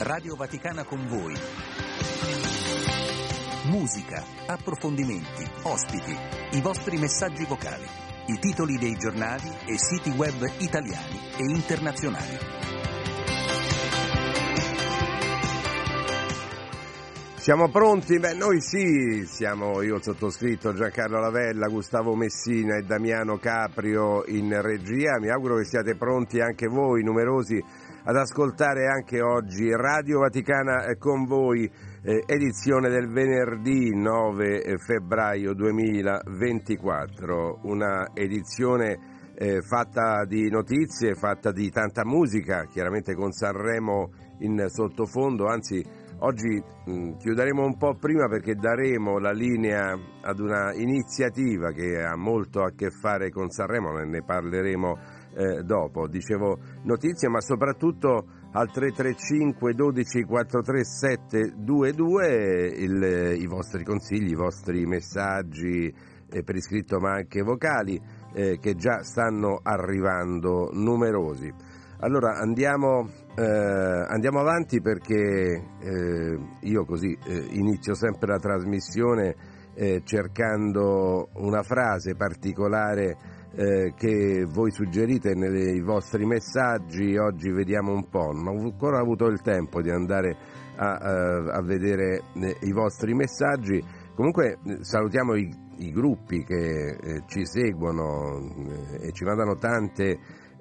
Radio Vaticana con voi. Musica, approfondimenti, ospiti, i vostri messaggi vocali, i titoli dei giornali e siti web italiani e internazionali. Siamo pronti? Beh, noi sì, siamo io, il sottoscritto, Giancarlo Lavella, Gustavo Messina e Damiano Caprio in regia. Mi auguro che siate pronti anche voi, numerosi, ad ascoltare anche oggi Radio Vaticana con voi, edizione del venerdì 9 febbraio 2024, una edizione fatta di notizie, fatta di tanta musica, chiaramente con Sanremo in sottofondo, anzi oggi chiuderemo un po' prima perché daremo la linea ad una iniziativa che ha molto a che fare con Sanremo, ne parleremo dopo. Dicevo notizie, ma soprattutto al 335 12 43 722 i vostri consigli, i vostri messaggi per iscritto ma anche vocali che già stanno arrivando numerosi. Allora andiamo avanti perché io così inizio sempre la trasmissione cercando una frase particolare che voi suggerite nei vostri messaggi. Oggi vediamo un po', non ho ancora avuto il tempo di andare a vedere i vostri messaggi. Comunque salutiamo i gruppi che ci seguono e ci mandano tanti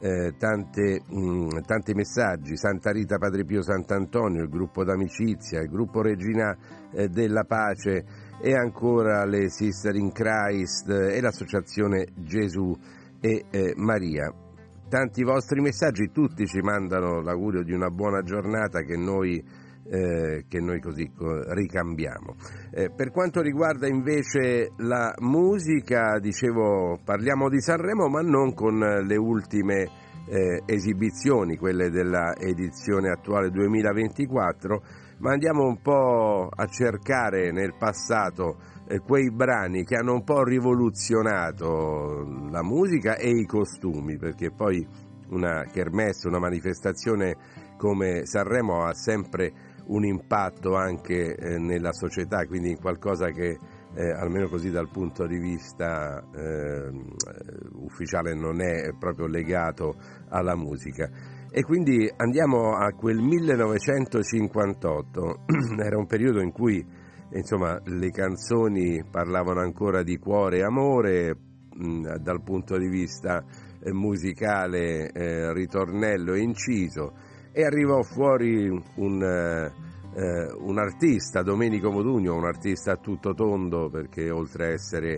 messaggi. Santa Rita Padre Pio Sant'Antonio, il gruppo d'amicizia, il gruppo Regina della Pace e ancora le Sister in Christ e l'associazione Gesù e Maria. Tanti vostri messaggi, tutti ci mandano l'augurio di una buona giornata che noi così ricambiamo. Per quanto riguarda invece la musica, dicevo, parliamo di Sanremo ma non con le ultime esibizioni, quelle della edizione attuale 2024, ma andiamo un po' a cercare nel passato quei brani che hanno un po' rivoluzionato la musica e i costumi, perché poi una kermesse, una manifestazione come Sanremo ha sempre un impatto anche nella società, quindi in qualcosa che almeno così dal punto di vista ufficiale non è proprio legato alla musica. E quindi andiamo a quel 1958, era un periodo in cui insomma le canzoni parlavano ancora di cuore e amore, dal punto di vista musicale ritornello e inciso, e arrivò fuori un artista, Domenico Modugno, un artista a tutto tondo, perché oltre a essere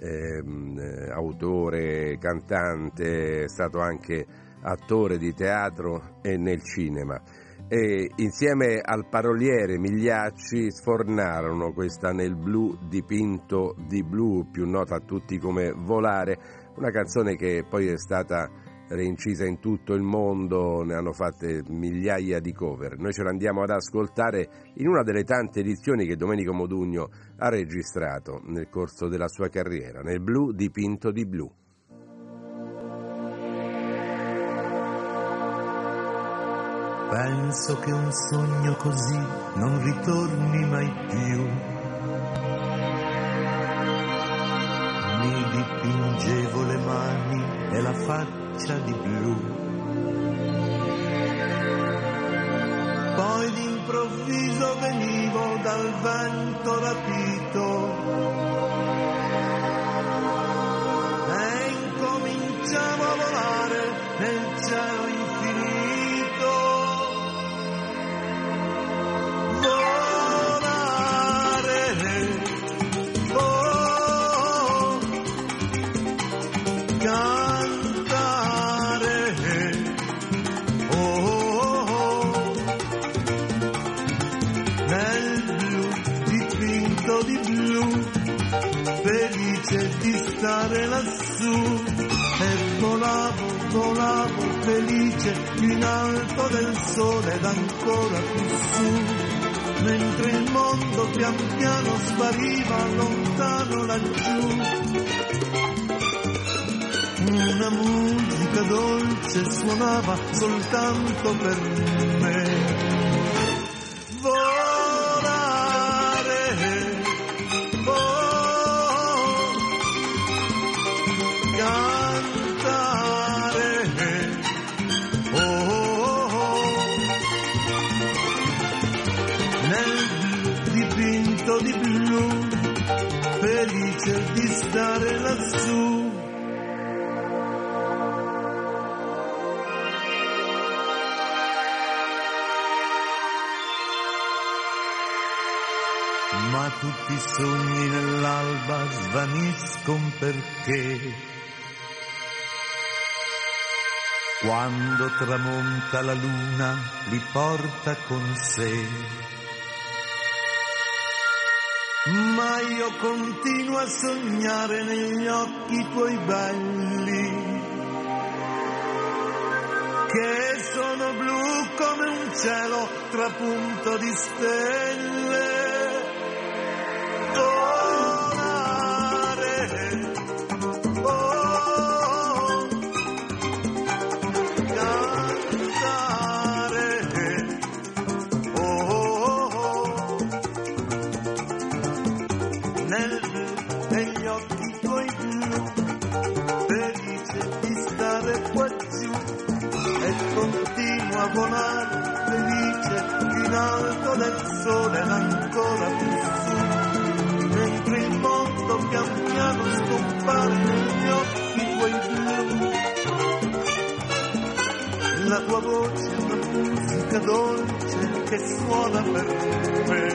autore, cantante, è stato anche attore di teatro e nel cinema, e insieme al paroliere Migliacci sfornarono questa Nel blu dipinto di blu, più nota a tutti come Volare, una canzone che poi è stata reincisa in tutto il mondo, ne hanno fatte migliaia di cover. Noi ce l'andiamo ad ascoltare in una delle tante edizioni che Domenico Modugno ha registrato nel corso della sua carriera, Nel blu dipinto di blu. Penso che un sogno così non ritorni mai più. Mi dipingevo le mani e la faccia di blu. Poi d'improvviso venivo dal vento rapito e incominciavo a volare nel cielo infinito. Felice di stare lassù e volavo felice in alto del sole ed ancora più su, mentre il mondo pian piano spariva lontano laggiù. Una musica dolce suonava soltanto per me, felice di stare lassù. Ma tutti i sogni nell'alba svaniscono perché quando tramonta la luna li porta con sé. Ma io continuo a sognare negli occhi tuoi belli, che sono blu come un cielo trapunto di stelle. A volare felice in alto del sole ed ancora più su, mentre il mondo pian piano scompare negli occhi tuoi blu. La tua voce è una musica dolce che suona per me.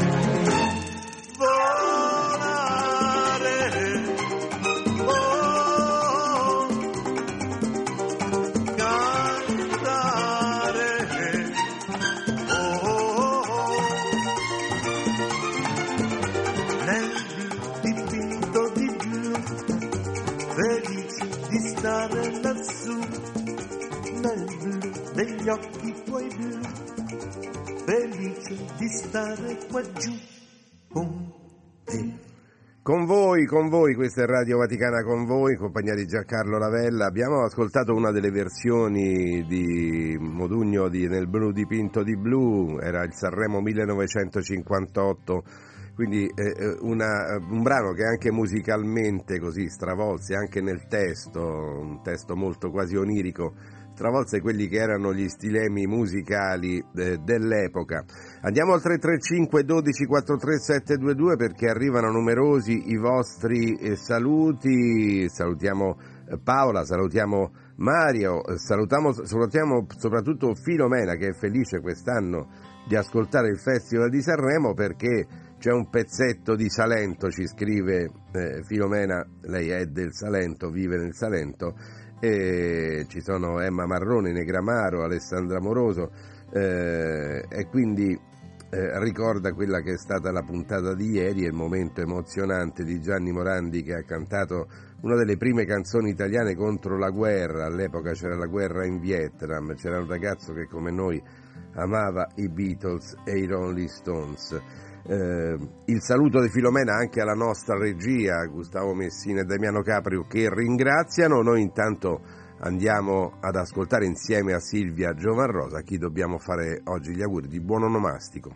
Degli occhi tuoi blu, felice di stare qua giù con te. Con voi, questa è Radio Vaticana con voi, in compagnia di Giancarlo Ravella. Abbiamo ascoltato una delle versioni di Modugno Nel blu dipinto di blu, era il Sanremo 1958, quindi un brano che anche musicalmente così stravolse, anche nel testo, un testo molto quasi onirico, stravolse quelli che erano gli stilemi musicali dell'epoca. Andiamo al 335 12 43 722 perché arrivano numerosi i vostri saluti. Salutiamo Paola, salutiamo Mario, salutiamo soprattutto Filomena, che è felice quest'anno di ascoltare il Festival di Sanremo perché c'è un pezzetto di Salento, ci scrive Filomena, lei è del Salento, vive nel Salento, e ci sono Emma Marroni, Negramaro, Alessandra Moroso, e quindi ricorda quella che è stata la puntata di ieri, il momento emozionante di Gianni Morandi che ha cantato una delle prime canzoni italiane contro la guerra. All'epoca c'era la guerra in Vietnam, c'era un ragazzo che come noi amava i Beatles e i Rolling Stones. Il saluto di Filomena anche alla nostra regia, Gustavo Messina e Damiano Caprio, che ringraziano. Noi intanto andiamo ad ascoltare insieme a Silvia Giovanrosa, a chi dobbiamo fare oggi gli auguri di buon onomastico.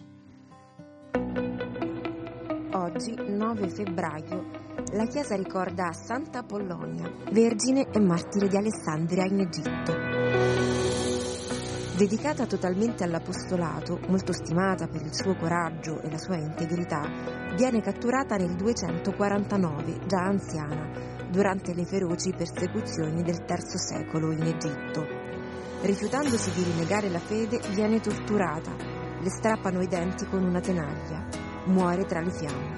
Oggi, 9 febbraio, la Chiesa ricorda Santa Apollonia, vergine e martire di Alessandria in Egitto. Dedicata totalmente all'apostolato, molto stimata per il suo coraggio e la sua integrità, viene catturata nel 249, già anziana, durante le feroci persecuzioni del III secolo in Egitto. Rifiutandosi di rinnegare la fede, viene torturata, le strappano i denti con una tenaglia, muore tra le fiamme.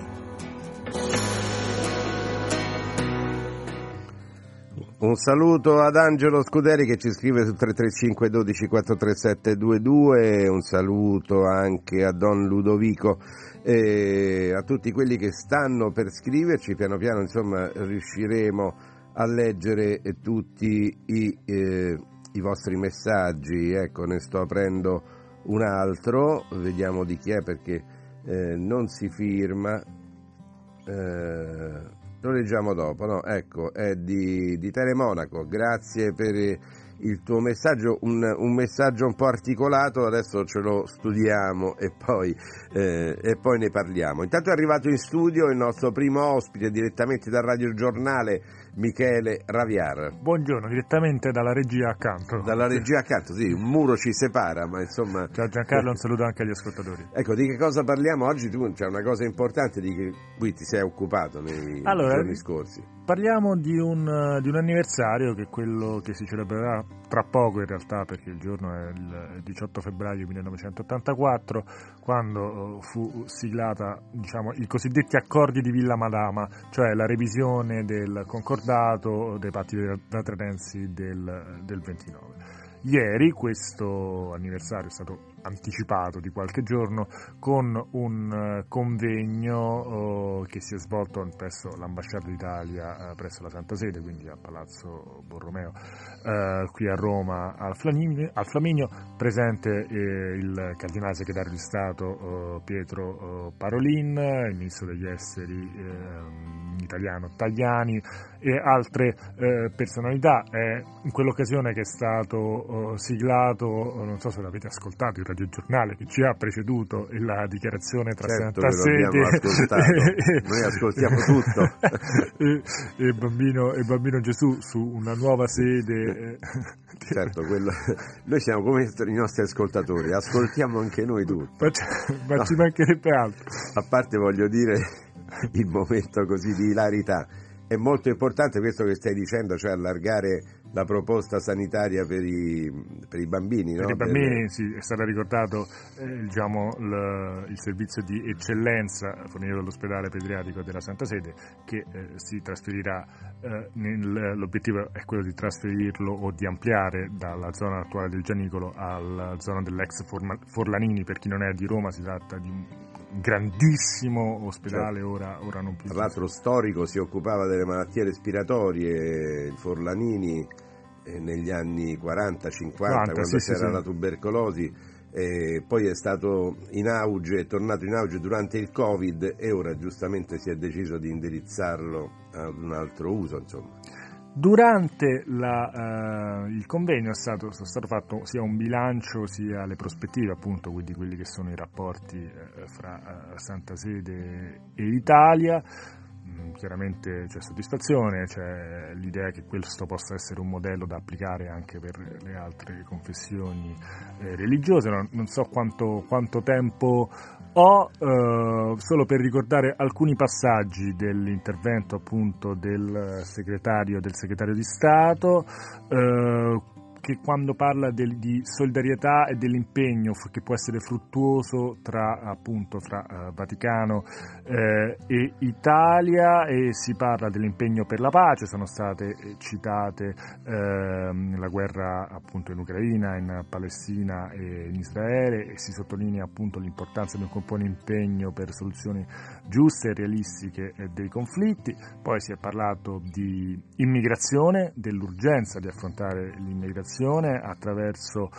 Un saluto ad Angelo Scuderi che ci scrive su 335 12 437 22, un saluto anche a Don Ludovico e a tutti quelli che stanno per scriverci. Piano piano insomma riusciremo a leggere tutti i vostri messaggi. Ecco, ne sto aprendo un altro, vediamo di chi è perché non si firma. Lo leggiamo dopo, no? Ecco, è di Telemonaco. Grazie per il tuo messaggio, un messaggio un po' articolato, adesso ce lo studiamo e poi ne parliamo. Intanto è arrivato in studio il nostro primo ospite direttamente dal Radio Giornale, Michele Raviar. Buongiorno, direttamente dalla regia accanto. Dalla regia accanto, sì, un muro ci separa, ma insomma... Ciao Giancarlo, un saluto anche agli ascoltatori. Ecco, di che cosa parliamo oggi? Tu c'è una cosa importante di cui ti sei occupato nei giorni scorsi. Parliamo di un anniversario che è quello che si celebrerà tra poco in realtà, perché il giorno è il 18 febbraio 1984, quando fu siglata, diciamo, i cosiddetti accordi di Villa Madama, cioè la revisione del concordato dei patti lateranensi del 29. Ieri questo anniversario è stato anticipato di qualche giorno con un convegno che si è svolto presso l'Ambasciata d'Italia presso la Santa Sede, quindi a Palazzo Borromeo, qui a Roma al Flaminio, presente il Cardinale Segretario di Stato Pietro Parolin, il Ministro degli Esteri italiano Tajani e altre personalità. È in quell'occasione che è stato siglato, non so se l'avete ascoltato, il radiogiornale che ci ha preceduto e la dichiarazione tra Santa Sede noi ascoltiamo tutto e bambino Gesù su una nuova sede. Certo, noi siamo come i nostri ascoltatori, ascoltiamo anche noi tutto, ma ci mancherebbe altro. A parte, voglio dire, il momento così di ilarità, è molto importante questo che stai dicendo, cioè allargare la proposta sanitaria per i bambini, no? Per i bambini, sì, è stato ricordato il servizio di eccellenza fornito dall'ospedale pediatrico della Santa Sede, che si trasferirà, l'obiettivo è quello di trasferirlo o di ampliare dalla zona attuale del Gianicolo alla zona dell'ex Forlanini. Per chi non è di Roma, si tratta di un grandissimo ospedale, certo. ora non più. Tra l'altro storico, si occupava delle malattie respiratorie, il Forlanini negli anni 40-50, quando c'era la tubercolosi, poi è stato in auge, è tornato in auge durante il Covid e ora giustamente si è deciso di indirizzarlo ad un altro uso, insomma. Durante il convegno è stato fatto sia un bilancio sia le prospettive, appunto, di quelli che sono i rapporti fra Santa Sede e Italia. Chiaramente c'è soddisfazione, c'è l'idea che questo possa essere un modello da applicare anche per le altre confessioni religiose. Non so quanto tempo ho, solo per ricordare alcuni passaggi dell'intervento, appunto, del segretario di Stato, che quando parla di solidarietà e dell'impegno che può essere fruttuoso tra Vaticano e Italia, e si parla dell'impegno per la pace. Sono state citate la guerra, appunto, in Ucraina, in Palestina e in Israele, e si sottolinea, appunto, l'importanza di un comune impegno per soluzioni giuste e realistiche dei conflitti. Poi si è parlato di immigrazione, dell'urgenza di affrontare l'immigrazione attraverso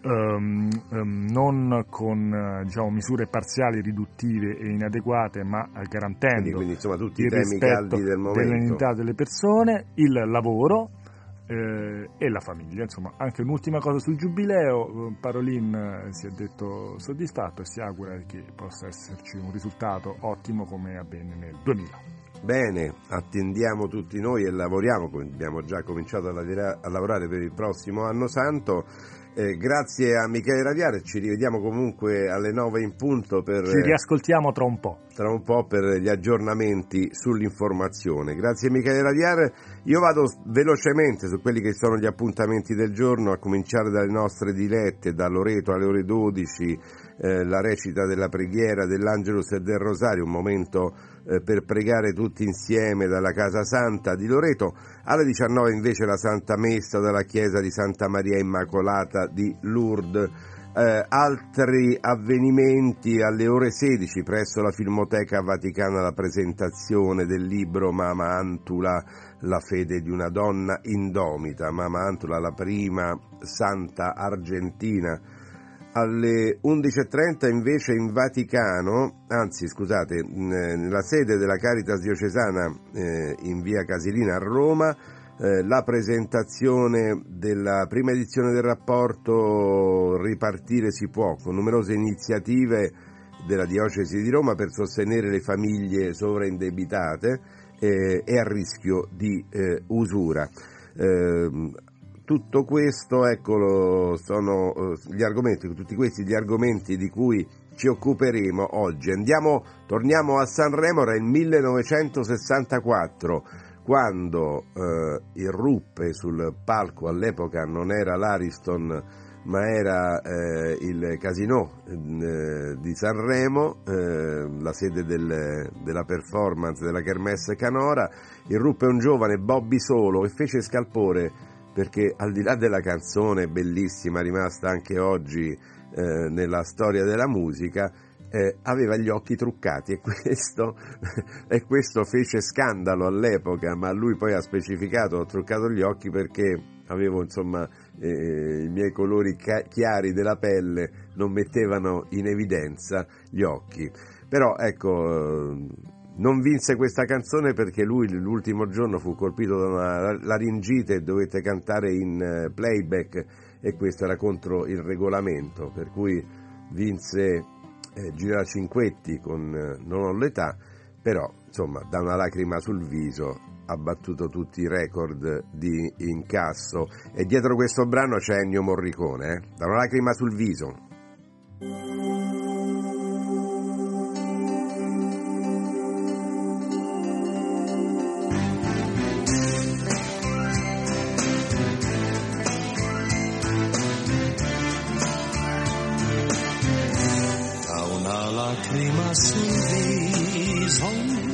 non con misure parziali, riduttive e inadeguate, ma garantendo quindi, insomma, tutti il i temi rispetto caldi del momento, dell'identità delle persone, il lavoro e la famiglia. Insomma, anche un'ultima cosa sul giubileo. Parolin si è detto soddisfatto e si augura che possa esserci un risultato ottimo come avvenne nel 2000. Bene, attendiamo tutti noi e lavoriamo, abbiamo già cominciato a lavorare per il prossimo anno santo. Grazie a Michele Raviar, ci rivediamo comunque alle 9 in punto. Ci riascoltiamo tra un po' per gli aggiornamenti sull'informazione. Grazie Michele Raviar. Io vado velocemente su quelli che sono gli appuntamenti del giorno, a cominciare dalle nostre dilette, da Loreto alle ore 12, la recita della preghiera dell'Angelus e del Rosario, un momento per pregare tutti insieme dalla Casa Santa di Loreto. Alle 19 invece la Santa Messa dalla Chiesa di Santa Maria Immacolata di Lourdes. Altri avvenimenti alle ore 16 presso la Filmoteca Vaticana, la presentazione del libro Mama Antula, la fede di una donna indomita. Mama Antula, la prima santa argentina. Alle 11.30 invece in Vaticano, nella sede della Caritas diocesana in via Casilina a Roma, la presentazione della prima edizione del rapporto Ripartire si può, con numerose iniziative della Diocesi di Roma per sostenere le famiglie sovraindebitate e a rischio di usura. Tutto questo, ecco, sono gli argomenti, tutti questi gli argomenti di cui ci occuperemo oggi. Torniamo a Sanremo, era il 1964, quando irruppe sul palco, all'epoca non era l'Ariston ma era il Casino di Sanremo, la sede della performance della Kermesse Canora. Irruppe un giovane Bobby Solo che fece scalpore, perché al di là della canzone bellissima, rimasta anche oggi nella storia della musica, aveva gli occhi truccati e questo fece scandalo all'epoca, ma lui poi ha specificato: ho truccato gli occhi perché avevo, insomma, i miei colori chiari della pelle non mettevano in evidenza gli occhi. Però ecco, non vinse questa canzone perché lui l'ultimo giorno fu colpito da una laringite e dovette cantare in playback, e questo era contro il regolamento, per cui vinse Gira Cinquetti con Non ho l'età, però insomma da una lacrima sul viso ha battuto tutti i record di incasso. E dietro questo brano c'è Ennio Morricone, Da una lacrima sul viso. Sul viso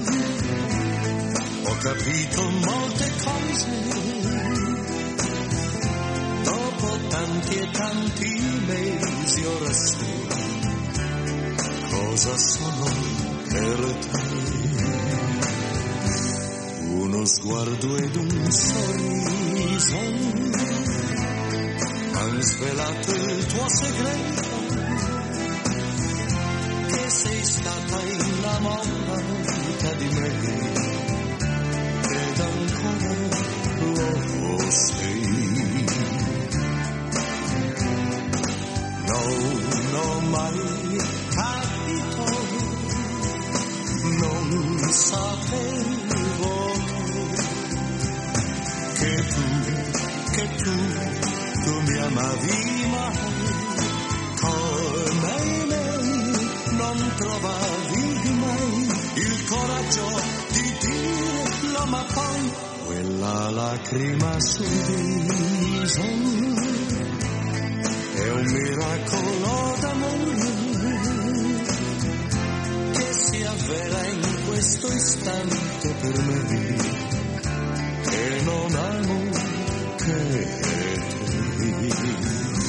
ho capito molte cose, dopo tanti e tanti mesi ora so cosa sono per te. Uno sguardo ed un sorriso han svelato il tuo segreto, sei stata innamorata di me ed ancora lo sei. Non ho mai capito, non sapevo che tu mi amavi mai come me. Non trovavi mai il coraggio di dirlo, ma poi quella lacrima sul viso è un miracolo d'amore che si avvera in questo istante per me, e non amo che te.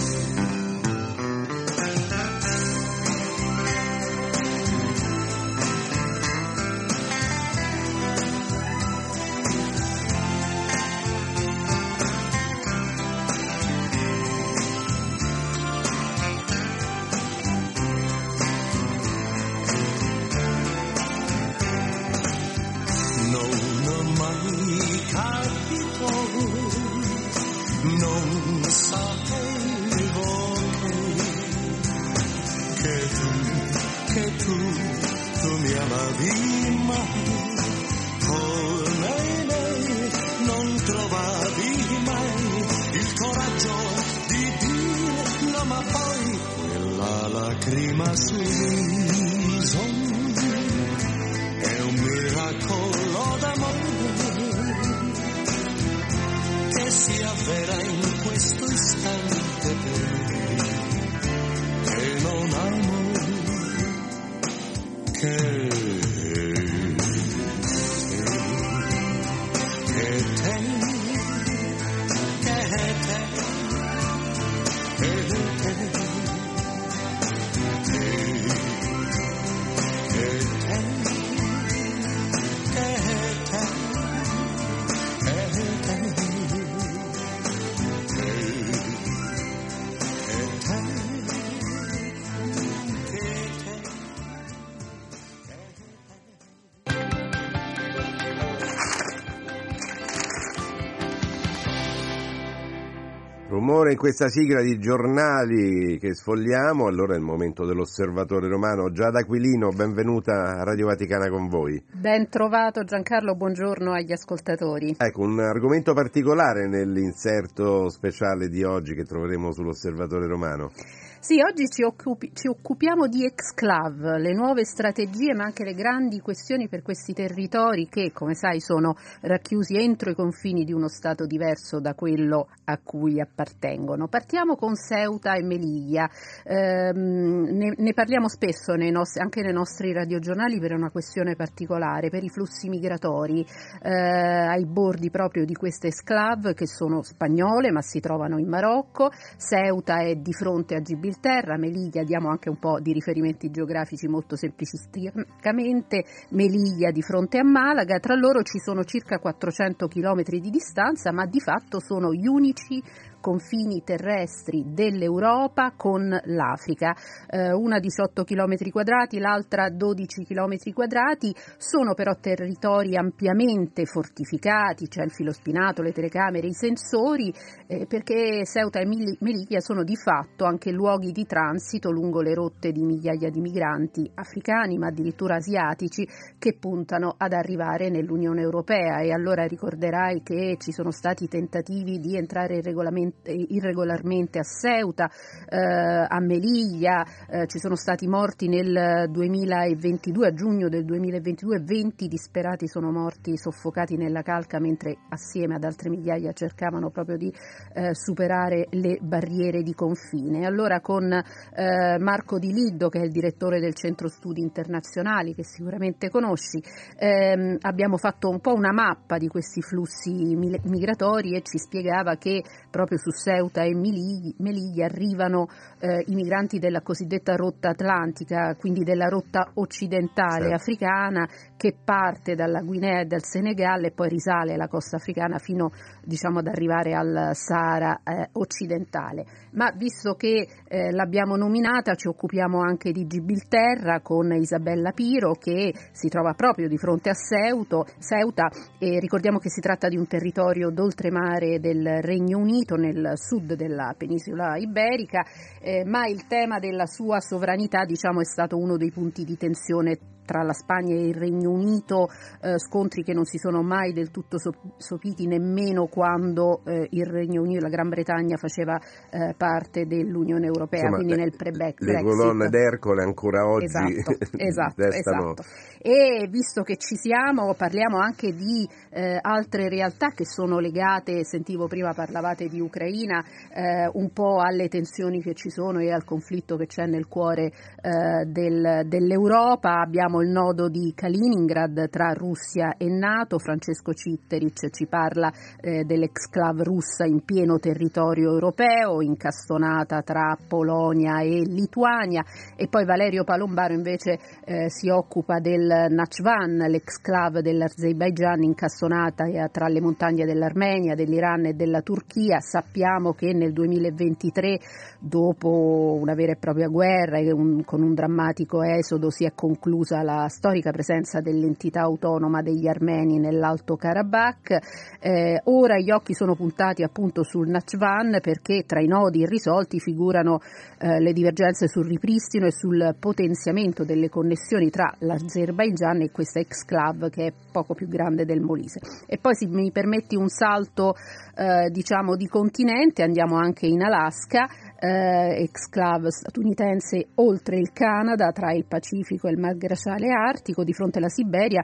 Lacrima sul viso è un miracolo d'amore che si avvera in questo istante per me, e non amo che Rumore in questa sigla di giornali che sfogliamo, allora è il momento dell'Osservatore Romano. Giada Aquilino, benvenuta a Radio Vaticana con voi. Ben trovato Giancarlo, buongiorno agli ascoltatori. Ecco, un argomento particolare nell'inserto speciale di oggi che troveremo sull'Osservatore Romano. Sì, oggi ci occupiamo di exclave, le nuove strategie ma anche le grandi questioni per questi territori che, come sai, sono racchiusi entro i confini di uno Stato diverso da quello a cui appartengono. Partiamo con Ceuta e Melilla, ne parliamo spesso anche nei nostri radiogiornali per una questione particolare, per i flussi migratori ai bordi proprio di queste exclave che sono spagnole ma si trovano in Marocco. Ceuta è di fronte a Gibilterra, Melilla, diamo anche un po' di riferimenti geografici molto semplicisticamente, Melilla di fronte a Malaga, tra loro ci sono circa 400 chilometri di distanza, ma di fatto sono gli unici confini terrestri dell'Europa con l'Africa, una 18 km quadrati, l'altra 12 km quadrati, sono però territori ampiamente fortificati, c'è il filo spinato, le telecamere, i sensori, perché Ceuta e Melilla sono di fatto anche luoghi di transito lungo le rotte di migliaia di migranti africani, ma addirittura asiatici, che puntano ad arrivare nell'Unione Europea. E allora ricorderai che ci sono stati tentativi di entrare irregolarmente a Ceuta, a Melilla, ci sono stati morti nel 2022, a giugno del 2022, 20 disperati sono morti soffocati nella calca mentre assieme ad altre migliaia cercavano proprio di superare le barriere di confine. Allora con Marco Di Liddo, che è il direttore del Centro Studi Internazionali, che sicuramente conosci, abbiamo fatto un po' una mappa di questi flussi migratori e ci spiegava che proprio su Ceuta e Melilla arrivano i migranti della cosiddetta rotta atlantica, quindi della rotta occidentale africana, che parte dalla Guinea e dal Senegal e poi risale la costa africana fino, diciamo, ad arrivare al Sahara occidentale. Ma visto che l'abbiamo nominata, ci occupiamo anche di Gibilterra con Isabella Piro, che si trova proprio di fronte a Ceuta, e ricordiamo che si tratta di un territorio d'oltremare del Regno Unito nel sud della penisola iberica, ma il tema della sua sovranità, diciamo, è stato uno dei punti di tensione tra la Spagna e il Regno Unito, scontri che non si sono mai del tutto sopiti nemmeno quando il Regno Unito, la Gran Bretagna, faceva parte dell'Unione Europea. Insomma, quindi nel pre-Brexit. Le colonne d'Ercole ancora oggi esatto. E visto che ci siamo, parliamo anche di altre realtà che sono legate, sentivo prima parlavate di Ucraina, un po' alle tensioni che ci sono e al conflitto che c'è nel cuore dell'Europa. Abbiamo il nodo di Kaliningrad tra Russia e NATO. Francesco Citteric ci parla dell'exclave russa in pieno territorio europeo, incastonata tra Polonia e Lituania, e poi Valerio Palombaro invece si occupa del Nakhchivan, l'exclave dell'Azerbaigian incastonata tra le montagne dell'Armenia, dell'Iran e della Turchia. Sappiamo che nel 2023, dopo una vera e propria guerra e con un drammatico esodo, si è conclusa la storica presenza dell'entità autonoma degli armeni nell'Alto Karabakh. Ora gli occhi sono puntati appunto sul Nakhchivan, perché tra i nodi irrisolti figurano le divergenze sul ripristino e sul potenziamento delle connessioni tra l'Azerbaigian e questa exclave che è poco più grande del Molise. E poi, se mi permetti un salto diciamo di continente, andiamo anche in Alaska, exclave statunitense oltre il Canada, tra il Pacifico e il Mar Glaciale Artico, di fronte alla Siberia,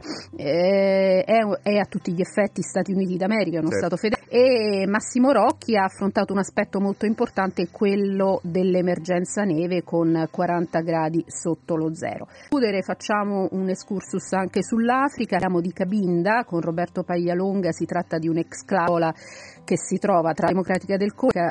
è a tutti gli effetti Stati Uniti d'America, uno Stato federale. E Massimo Rocchi ha affrontato un aspetto molto importante, quello dell'emergenza neve, con 40 gradi sotto lo zero. Facciamo un excursus anche sull'Africa, parliamo di Cabinda con Roberto Paglialonga. Si tratta di un'exclave che si trova tra la Democratica del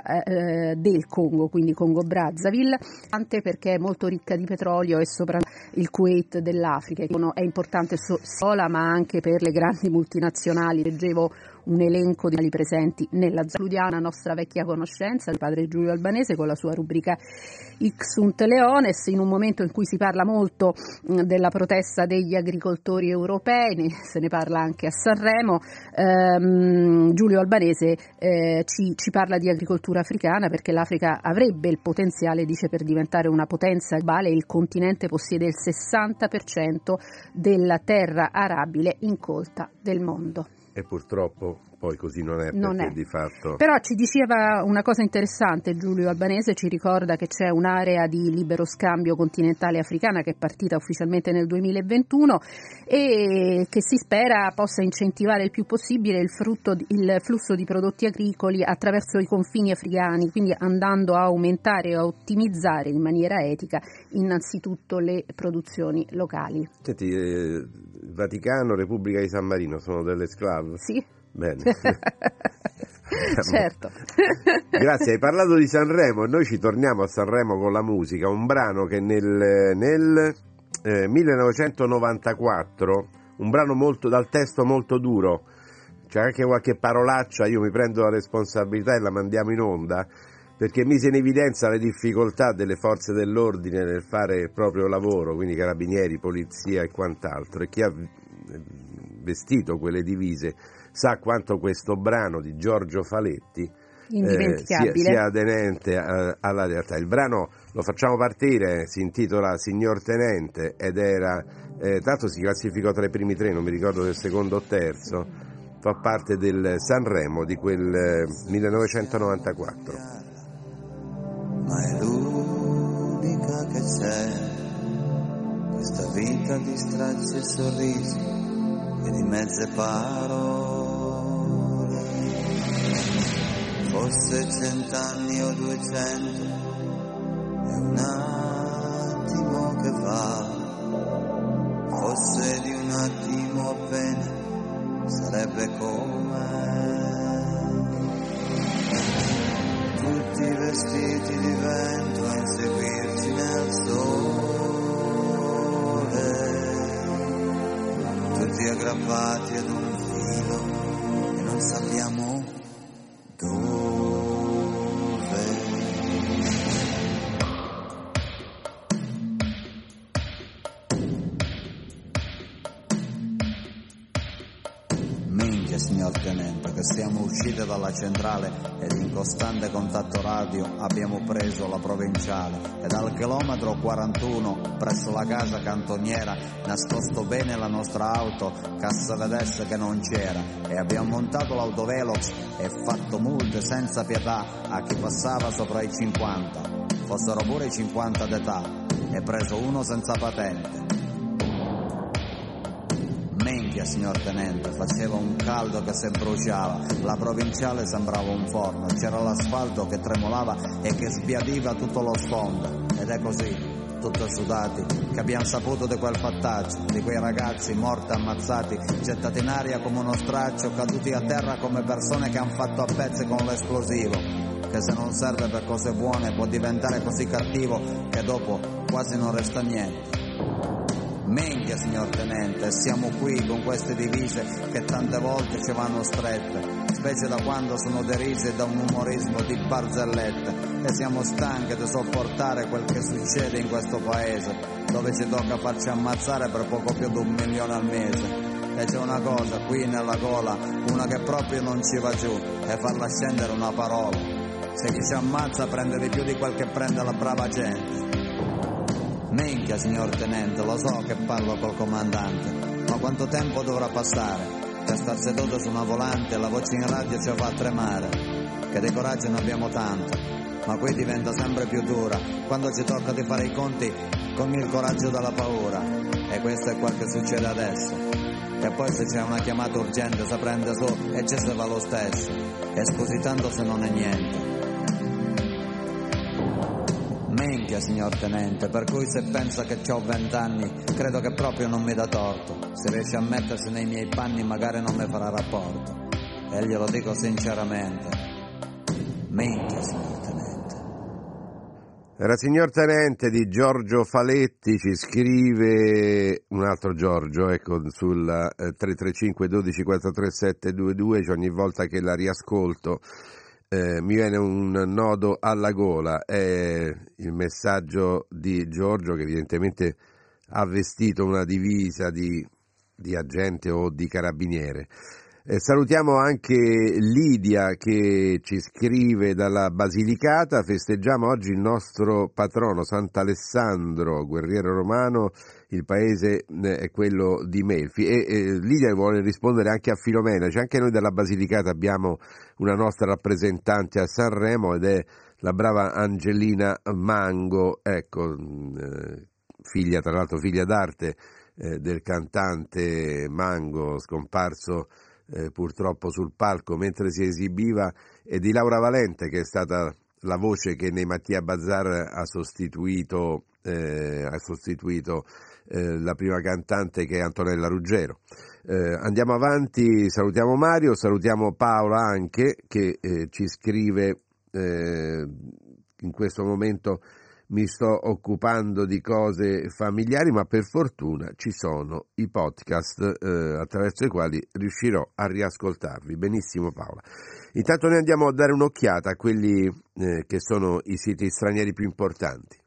Congo, quindi Congo-Brazzaville, anche perché è molto ricca di petrolio e sopra il Kuwait dell'Africa. È importante sola, ma anche per le grandi multinazionali. Leggevo un elenco di animali presenti nella zona. Concludiamo una nostra vecchia conoscenza, il padre Giulio Albanese, con la sua rubrica Hic sunt Leones, in un momento in cui si parla molto della protesta degli agricoltori europei, se ne parla anche a Sanremo. Giulio Albanese ci parla di agricoltura africana, perché l'Africa avrebbe il potenziale, dice, per diventare una potenza globale. Il continente possiede il 60% della terra arabile incolta del mondo. E purtroppo poi così non è, perché di fatto... Però ci diceva una cosa interessante Giulio Albanese, ci ricorda che c'è un'area di libero scambio continentale africana che è partita ufficialmente nel 2021 e che si spera possa incentivare il più possibile il flusso di prodotti agricoli attraverso i confini africani, quindi andando a aumentare e a ottimizzare in maniera etica innanzitutto le produzioni locali. Senti, Vaticano, Repubblica di San Marino sono delle sclave? Sì. Bene. Certo. Grazie, hai parlato di Sanremo e noi ci torniamo a Sanremo con la musica, un brano che nel 1994, un brano dal testo molto duro, c'è anche qualche parolaccia, io mi prendo la responsabilità e la mandiamo in onda, perché mise in evidenza le difficoltà delle forze dell'ordine nel fare il proprio lavoro, quindi carabinieri, polizia e quant'altro, e chi ha vestito quelle divise sa quanto questo brano di Giorgio Faletti sia aderente alla realtà. Il brano lo facciamo partire, si intitola Signor Tenente ed era, tanto si classificò tra i primi tre, non mi ricordo del secondo o terzo, fa parte del Sanremo di quel 1994. Ma è l'unica che c'è, questa vita di stracci e sorrisi e di mezze parole. Forse 100 anni o 200 è un attimo che va, forse di un attimo appena sarebbe come tutti vestiti di vento a inseguirci nel sole, tutti aggrappati ad un filo e non sappiamo dove. Minchia, signor Tenente, che siamo usciti dalla centrale ed in costante contatto radio abbiamo preso la provinciale e dal chilometro 41 presso la casa cantoniera nascosto bene la nostra auto che si vedesse che non c'era e abbiamo montato l'autovelox e fatto multe senza pietà a chi passava sopra i 50, fossero pure i 50 d'età, e preso uno senza patente. Minchia, signor Tenente, faceva un caldo che si bruciava, la provinciale sembrava un forno, c'era l'asfalto che tremolava e che sbiadiva tutto lo sfondo, ed è così, tutti sudati, che abbiamo saputo di quel fattaccio, di quei ragazzi morti ammazzati, gettati in aria come uno straccio, caduti a terra come persone che hanno fatto a pezzi con l'esplosivo, che se non serve per cose buone può diventare così cattivo che dopo quasi non resta niente. Minchia, signor Tenente, siamo qui con queste divise che tante volte ci vanno strette, specie da quando sono derise da un umorismo di barzellette, e siamo stanchi di sopportare quel che succede in questo paese, dove ci tocca farci ammazzare per poco più di 1 milione al mese. E c'è una cosa qui nella gola, una che proprio non ci va giù, è farla scendere una parola. Se chi ci ammazza prende di più di quel che prende la brava gente. Minchia, signor Tenente, lo so che parlo col comandante, ma quanto tempo dovrà passare per star seduto su una volante e la voce in radio ci fa tremare? Che di coraggio ne abbiamo tanto, ma qui diventa sempre più dura quando ci tocca di fare i conti con il coraggio della paura. E questo è quel che succede adesso. E poi se c'è una chiamata urgente si prende su e ci si va lo stesso. E scusi tanto se non è niente. Minchia, signor Tenente, per cui se pensa che ho 20 anni, credo che proprio non mi dà torto. Se riesce a mettersi nei miei panni magari non mi farà rapporto. E glielo dico sinceramente. Minchia, signor Tenente. Era Signor Tenente di Giorgio Faletti, ci scrive un altro Giorgio, ecco, sul 335 12 43 722, cioè ogni volta che la riascolto mi viene un nodo alla gola. È il messaggio di Giorgio, che evidentemente ha vestito una divisa di agente o di carabiniere. Salutiamo anche Lidia che ci scrive dalla Basilicata. Festeggiamo oggi il nostro patrono Sant'Alessandro, guerriero romano. Il paese è quello di Melfi. E Lidia vuole rispondere anche a Filomena. Cioè, anche noi dalla Basilicata abbiamo una nostra rappresentante a Sanremo ed è la brava Angelina Mango, ecco, figlia, tra l'altro figlia d'arte del cantante Mango, scomparso purtroppo sul palco mentre si esibiva, e di Laura Valente, che è stata la voce che nei Mattia Bazar ha sostituito la prima cantante, che è Antonella Ruggero. Andiamo avanti, salutiamo Mario, salutiamo Paola anche, che ci scrive in questo momento: mi sto occupando di cose familiari, ma per fortuna ci sono i podcast attraverso i quali riuscirò a riascoltarvi. Benissimo Paola. Intanto noi andiamo a dare un'occhiata a quelli che sono i siti stranieri più importanti.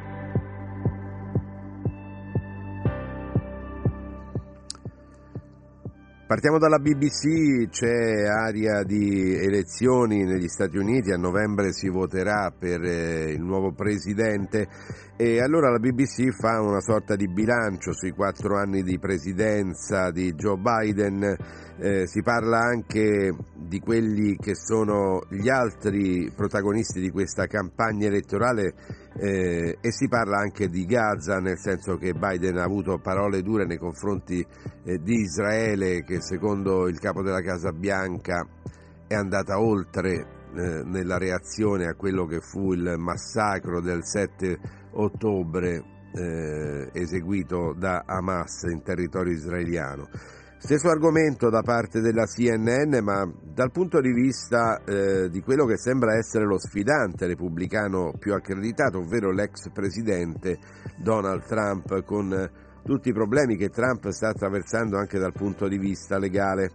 Partiamo dalla BBC. C'è aria di elezioni negli Stati Uniti, a novembre si voterà per il nuovo presidente e allora la BBC fa una sorta di bilancio sui 4 anni di presidenza di Joe Biden, si parla anche di quelli che sono gli altri protagonisti di questa campagna elettorale e si parla anche di Gaza, nel senso che Biden ha avuto parole dure nei confronti di Israele, che secondo il capo della Casa Bianca è andata oltre nella reazione a quello che fu il massacro del 7 ottobre eseguito da Hamas in territorio israeliano. Stesso argomento da parte della CNN, ma dal punto di vista di quello che sembra essere lo sfidante repubblicano più accreditato, ovvero l'ex presidente Donald Trump, con tutti i problemi che Trump sta attraversando anche dal punto di vista legale.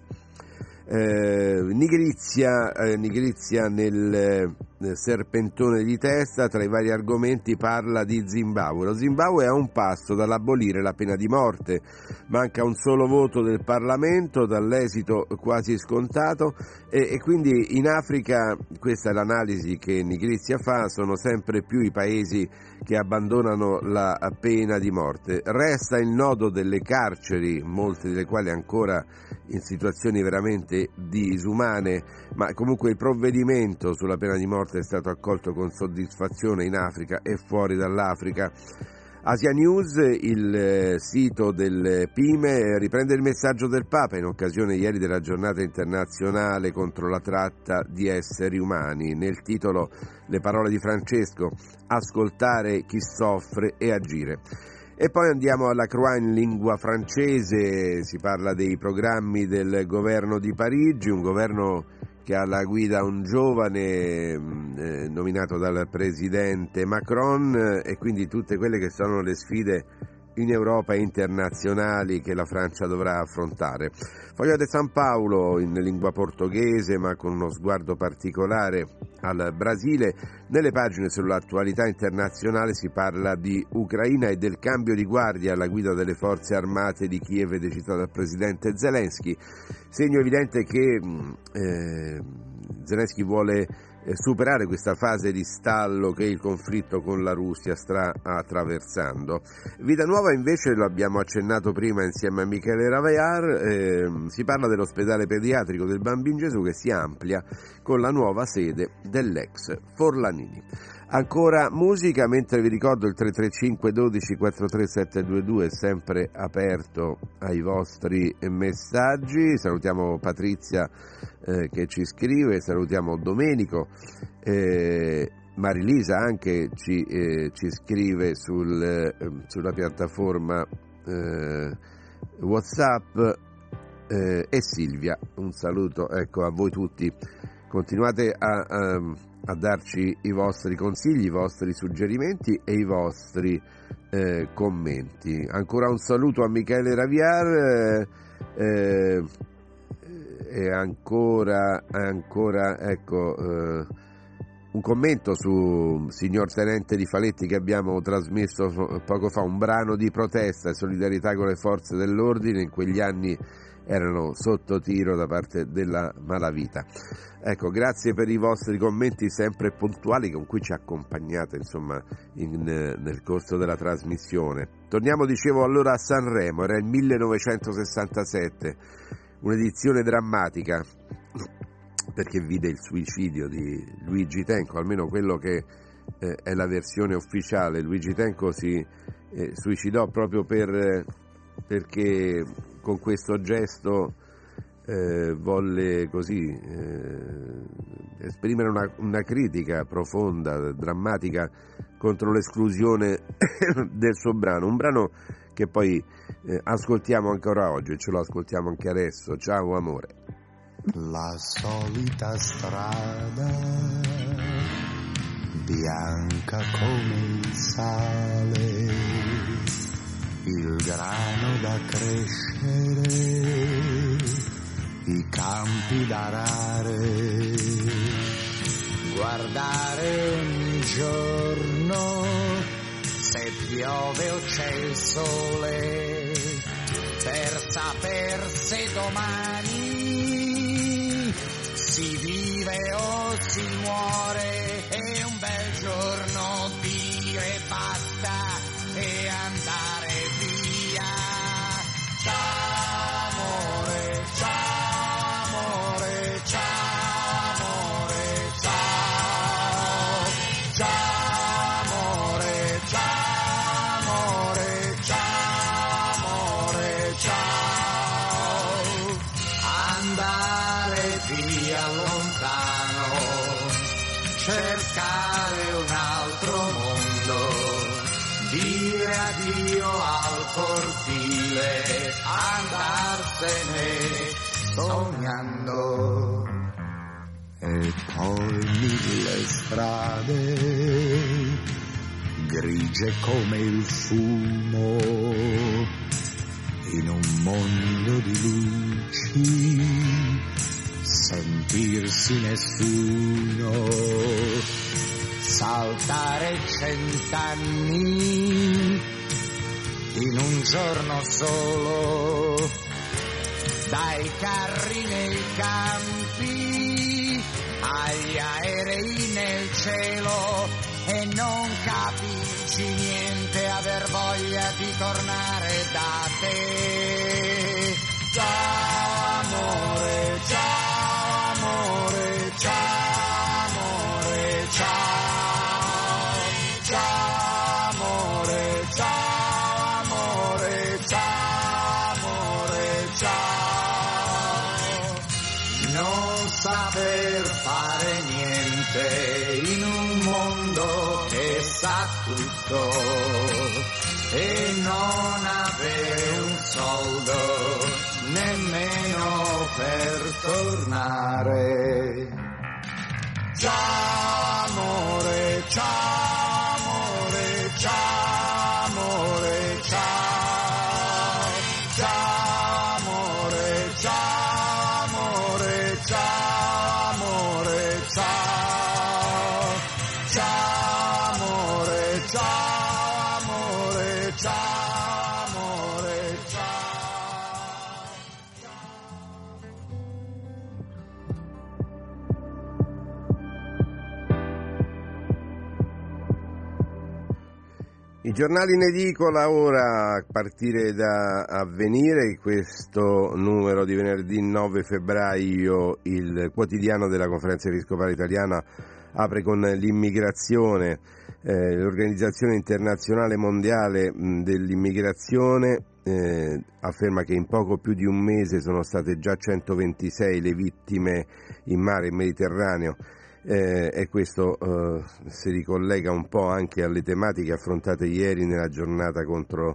Nigrizia nel serpentone di testa, tra i vari argomenti parla di Zimbabwe. Lo Zimbabwe è a un passo dall'abolire la pena di morte, manca un solo voto del Parlamento dall'esito quasi scontato e quindi in Africa, questa è l'analisi che Nigrizia fa, sono sempre più i paesi che abbandonano la pena di morte. Resta il nodo delle carceri, molte delle quali ancora in situazioni veramente disumane, ma comunque il provvedimento sulla pena di morte è stato accolto con soddisfazione in Africa e fuori dall'Africa. Asia News, il sito del Pime, riprende il messaggio del Papa in occasione ieri della giornata internazionale contro la tratta di esseri umani. Nel titolo le parole di Francesco: ascoltare chi soffre e agire. E poi andiamo alla Croix in lingua francese, si parla dei programmi del governo di Parigi, un governo che ha alla guida un giovane nominato dal presidente Macron, e quindi tutte quelle che sono le sfide in Europa e internazionali che la Francia dovrà affrontare. Foglia de San Paolo in lingua portoghese, ma con uno sguardo particolare al Brasile. Nelle pagine sull'attualità internazionale si parla di Ucraina e del cambio di guardia alla guida delle forze armate di Kiev deciso dal presidente Zelensky, segno evidente che Zelensky vuole superare questa fase di stallo che il conflitto con la Russia sta attraversando. Vita Nuova invece, lo abbiamo accennato prima insieme a Michele Ravaiar, si parla dell'ospedale pediatrico del Bambino Gesù che si amplia con la nuova sede dell'ex Forlanini. Ancora musica, mentre vi ricordo il 335 12 43 722 è sempre aperto ai vostri messaggi. Salutiamo Patrizia che ci scrive, salutiamo Domenico, Marilisa anche ci scrive sulla piattaforma WhatsApp e Silvia, un saluto ecco a voi tutti. Continuate a darci i vostri consigli, i vostri suggerimenti e i vostri commenti. Ancora un saluto a Michele Raviar e ancora ecco un commento su Signor Tenente di Faletti che abbiamo trasmesso poco fa, un brano di protesta e solidarietà con le forze dell'ordine, in quegli anni erano sotto tiro da parte della malavita. Ecco, grazie per i vostri commenti sempre puntuali con cui ci accompagnate insomma nel corso della trasmissione. Torniamo, dicevo, allora a Sanremo, era il 1967, un'edizione drammatica perché vide il suicidio di Luigi Tenco, almeno quello che è la versione ufficiale. Luigi Tenco si suicidò proprio perché con questo gesto volle così esprimere una critica profonda, drammatica contro l'esclusione del suo brano, un brano che poi ascoltiamo ancora oggi, ce lo ascoltiamo anche adesso. Ciao amore. La solita strada, bianca come il sale, il grano da crescere, i campi da arare, guardare ogni giorno se piove o c'è il sole, per saper se domani si vive o si muore, e un bel giorno dire basta e andare via. Ciao amore, ciao amore, ciao amore, ciao. Ciao amore, ciao amore, ciao amore, ciao. Andare via lontano, cercare un altro mondo, dire addio al cortile, andarsene sognando. E poi 1000 strade, grigie come il fumo, in un mondo di luci, sentirsi nessuno, saltare 100 anni in un giorno solo, dai carri nei campi agli aerei nel cielo, e non capisci niente, aver voglia di tornare da te. Ciao amore, ciao amore, ciao amore, ciao. Ciao amore, ciao amore, ciao amore, ciao. Non saper fare niente in un mondo che sa tutto, e non avere un soldo nemmeno per tornare. Ciao amore, ciao amore, ciao amore, ciao. Ciao amore, ciao amore, ciao amore, ciao. Ciao amore, ciao amore, ciao amore, ciao. I giornali in edicola ora, a partire da Avvenire, questo numero di venerdì 9 febbraio, il quotidiano della Conferenza Episcopale Italiana apre con l'immigrazione. L'Organizzazione Internazionale Mondiale dell'Immigrazione afferma che in poco più di un mese sono state già 126 le vittime in mare Mediterraneo. E questo si ricollega un po' anche alle tematiche affrontate ieri nella giornata contro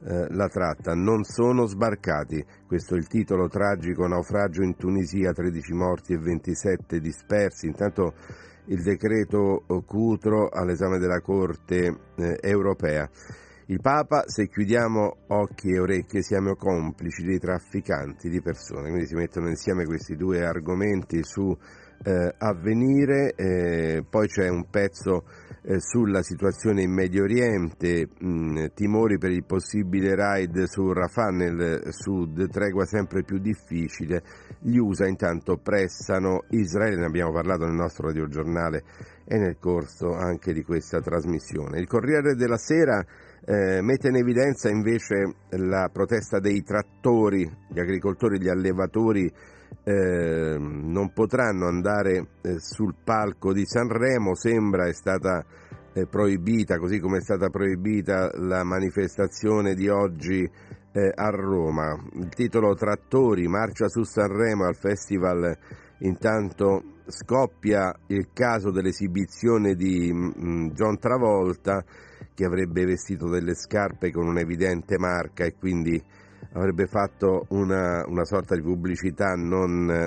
la tratta. Non sono sbarcati, questo è il titolo tragico: naufragio in Tunisia, 13 morti e 27 dispersi. Intanto il decreto Cutro all'esame della Corte europea. Il Papa: se chiudiamo occhi e orecchie siamo complici dei trafficanti di persone. Quindi si mettono insieme questi due argomenti su Avvenire. Poi c'è un pezzo sulla situazione in Medio Oriente, timori per il possibile raid su Rafah nel sud, tregua sempre più difficile, gli USA intanto pressano Israele, ne abbiamo parlato nel nostro radiogiornale e nel corso anche di questa trasmissione. Il Corriere della Sera mette in evidenza invece la protesta dei trattori. Gli agricoltori, gli allevatori non potranno andare sul palco di Sanremo, sembra è stata proibita, così come è stata proibita la manifestazione di oggi a Roma. Il titolo: trattori, marcia su Sanremo al festival. Intanto scoppia il caso dell'esibizione di John Travolta, che avrebbe vestito delle scarpe con un'evidente marca e quindi avrebbe fatto una sorta di pubblicità non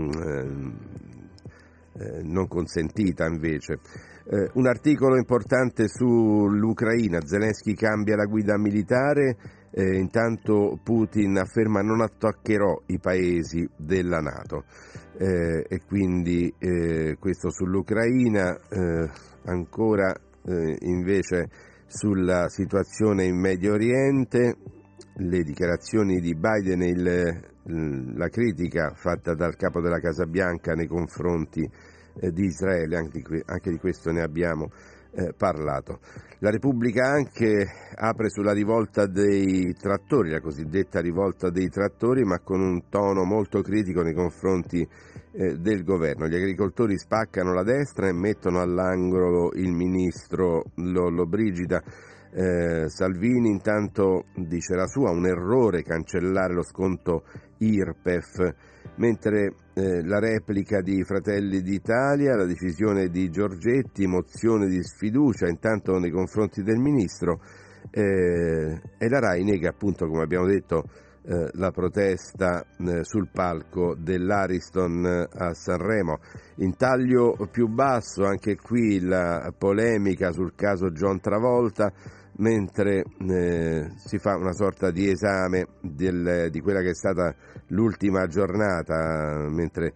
consentita invece. Un articolo importante sull'Ucraina: Zelensky cambia la guida militare, intanto Putin afferma non attaccherò i paesi della NATO, e quindi questo sull'Ucraina. Ancora invece sulla situazione in Medio Oriente, le dichiarazioni di Biden e la critica fatta dal capo della Casa Bianca nei confronti di Israele, anche di questo ne abbiamo parlato. La Repubblica anche apre sulla rivolta dei trattori, la cosiddetta rivolta dei trattori, ma con un tono molto critico nei confronti del governo. Gli agricoltori spaccano la destra e mettono all'angolo il ministro Lollobrigida. Salvini intanto dice la sua: un errore cancellare lo sconto IRPEF, mentre la replica di Fratelli d'Italia, la decisione di Giorgetti, mozione di sfiducia intanto nei confronti del ministro, e la RAI nega, appunto, come abbiamo detto, la protesta sul palco dell'Ariston a Sanremo. In taglio più basso anche qui la polemica sul caso John Travolta, mentre si fa una sorta di esame di quella che è stata l'ultima giornata, mentre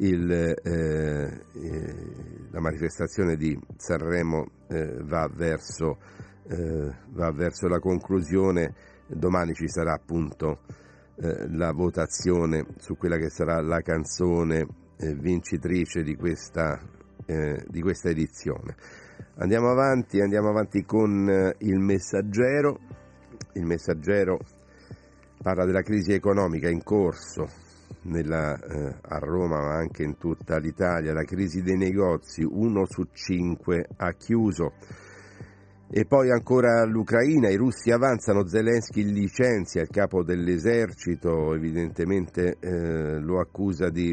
la manifestazione di Sanremo va verso la conclusione. Domani ci sarà appunto la votazione su quella che sarà la canzone vincitrice di questa edizione. Andiamo avanti con il Messaggero. Il Messaggero parla della crisi economica in corso a Roma, ma anche in tutta l'Italia. La crisi dei negozi, 1 su 5 ha chiuso. E poi ancora l'Ucraina: i russi avanzano, Zelensky licenzia il capo dell'esercito, evidentemente lo accusa di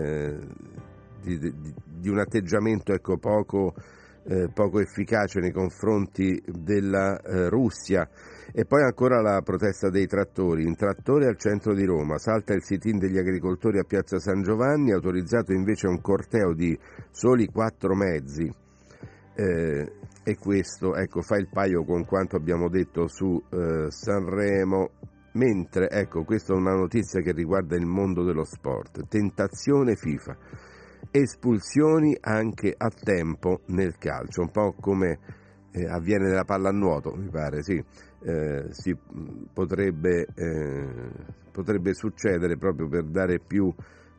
un atteggiamento poco efficace nei confronti della Russia. E poi ancora la protesta dei trattori. In trattore al centro di Roma, salta il sit-in degli agricoltori a Piazza San Giovanni, autorizzato invece un corteo di soli 4 mezzi. E questo, fa il paio con quanto abbiamo detto su Sanremo. Mentre, questa è una notizia che riguarda il mondo dello sport: tentazione FIFA, espulsioni anche a tempo nel calcio, un po' come avviene nella pallanuoto, mi pare, sì. Potrebbe succedere proprio per dare più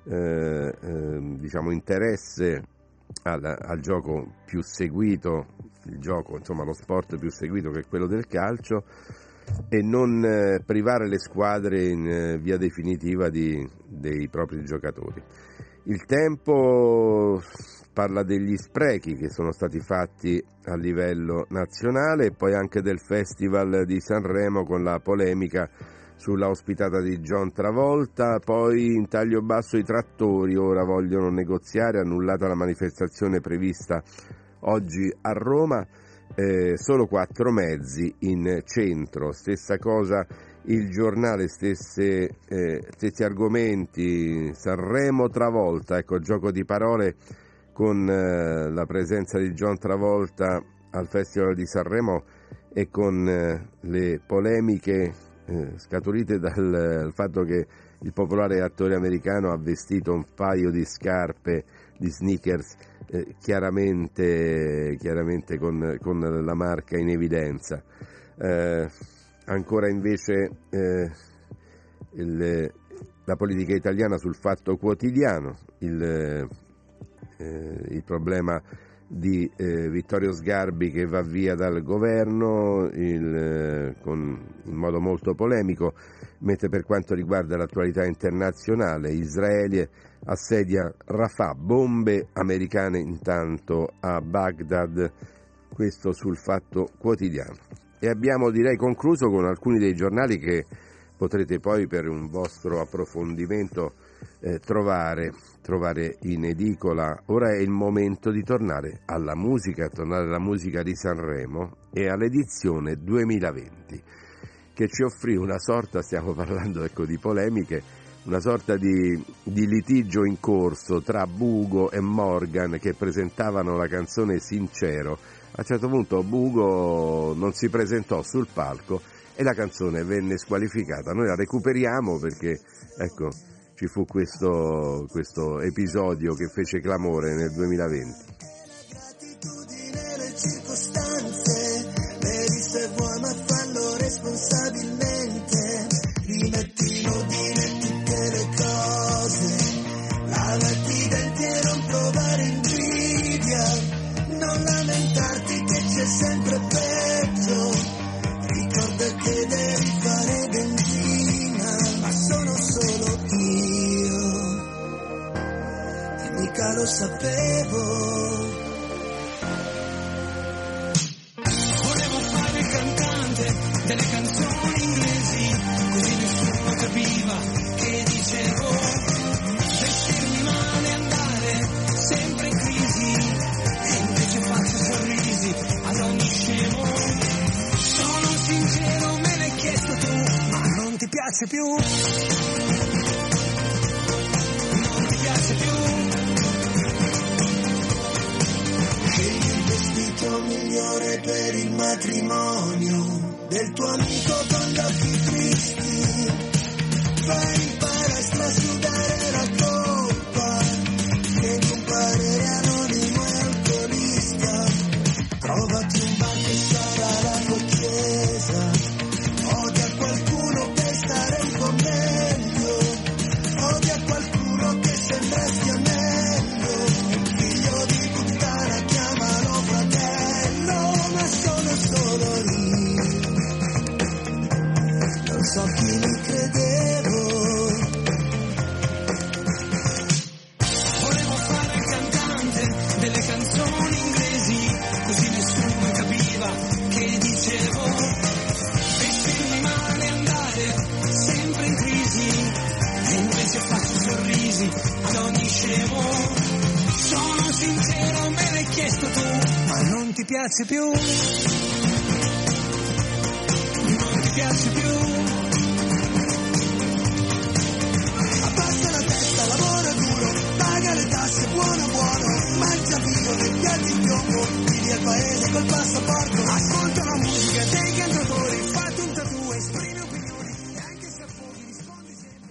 interesse al gioco più seguito, lo sport più seguito, che è quello del calcio, e non privare le squadre in via definitiva dei propri giocatori. Il Tempo parla degli sprechi che sono stati fatti a livello nazionale e poi anche del Festival di Sanremo, con la polemica sulla ospitata di John Travolta. Poi in taglio basso: i trattori ora vogliono negoziare, annullata la manifestazione prevista oggi a Roma. solo 4 mezzi in centro. Stessa cosa Il Giornale, stessi argomenti. Sanremo Travolta, ecco, gioco di parole con la presenza di John Travolta al Festival di Sanremo e con le polemiche scaturite dal fatto che il popolare attore americano ha vestito un paio di scarpe, di sneakers, chiaramente con la marca in evidenza. Ancora invece la politica italiana sul Fatto Quotidiano, il problema di Vittorio Sgarbi che va via dal governo in modo molto polemico, mentre per quanto riguarda l'attualità internazionale, Israele assedia Rafah, bombe americane intanto a Baghdad, questo sul Fatto Quotidiano. E abbiamo, direi, concluso con alcuni dei giornali che potrete poi per un vostro approfondimento trovare in edicola. Ora è il momento di tornare alla musica di Sanremo e all'edizione 2020, che ci offrì una sorta, stiamo parlando di polemiche, una sorta di litigio in corso tra Bugo e Morgan che presentavano la canzone Sincero. A un certo punto Bugo non si presentò sul palco e la canzone venne squalificata. Noi la recuperiamo perché, ecco, ci fu questo episodio che fece clamore nel 2020. Le circostanze, vedi se vuoi ma fallo responsabilmente, rimetti l'ordine in tutte le cose, lavati i denti e non provare invidia, non lamentarti che c'è sempre peggio, ricorda che devi fare benzina, ma sono solo io, e mica lo sapevo. Volevo fare il cantante delle canzoni inglesi, così nessuno capiva che dicevo, vestirmi male, andare sempre in crisi, e invece faccio sorrisi ad ogni scemo. Sono sincero, me l'hai chiesto tu, ma non ti piace più? Non ti piace più? Il vestito migliore per il matrimonio del tuo amico con gli occhi tristi, vai in palestra a sudare la colpa, chiedi un parere anonimo e alcolista, trovati un bar che sarà la tua chiesa, odia qualcuno per stare un po' meglio, odia qualcuno che sembra stia meglio, figlio di puttana chiamalo fratello, ma sono solo io, non so chi mi credevo. Volevo fare il cantante delle canzoni inglesi, così nessuno capiva che dicevo, vestirmi male, andare sempre in crisi, e invece faccio sorrisi ad ogni scemo. Sono sincero, me l'hai chiesto tu, ma non ti piace più? Non ti piace più? Abbassa la testa, lavora duro, paga le tasse, buono, mangia vivo nel viaggio in piombo, vivi al paese col passaporto, ascolta la musica dei cantatori, fatti un tattoo, esprimi opinioni, e anche se affoghi rispondi sempre.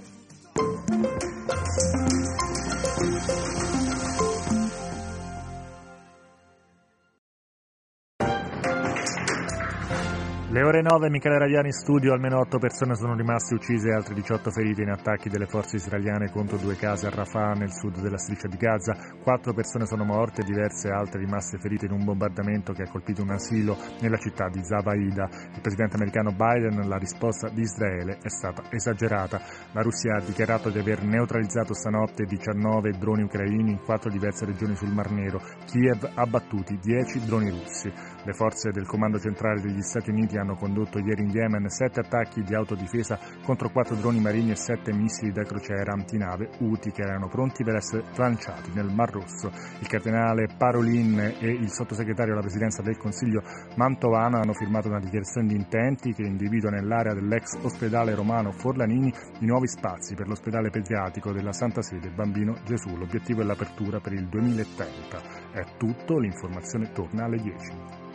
Le ore 9, Michele Raviani in studio, almeno 8 persone sono rimaste uccise e altre 18 ferite in attacchi delle forze israeliane contro 2 case a Rafah nel sud della striscia di Gaza, 4 persone sono morte e diverse altre rimaste ferite in un bombardamento che ha colpito un asilo nella città di Zabaida. Il presidente americano Biden, la risposta di Israele è stata esagerata. La Russia ha dichiarato di aver neutralizzato stanotte 19 droni ucraini in 4 diverse regioni sul Mar Nero. Kiev ha abbattuti 10 droni russi. Le forze del comando centrale degli Stati Uniti hanno hanno condotto ieri in Yemen 7 attacchi di autodifesa contro 4 droni marini e 7 missili da crociera antinave Houthi che erano pronti per essere lanciati nel Mar Rosso. Il cardinale Parolin e il sottosegretario alla presidenza del Consiglio Mantovano hanno firmato una dichiarazione di intenti che individua nell'area dell'ex ospedale romano Forlanini i nuovi spazi per l'ospedale pediatrico della Santa Sede Bambino Gesù. L'obiettivo è l'apertura per il 2030. È tutto, l'informazione torna alle 10.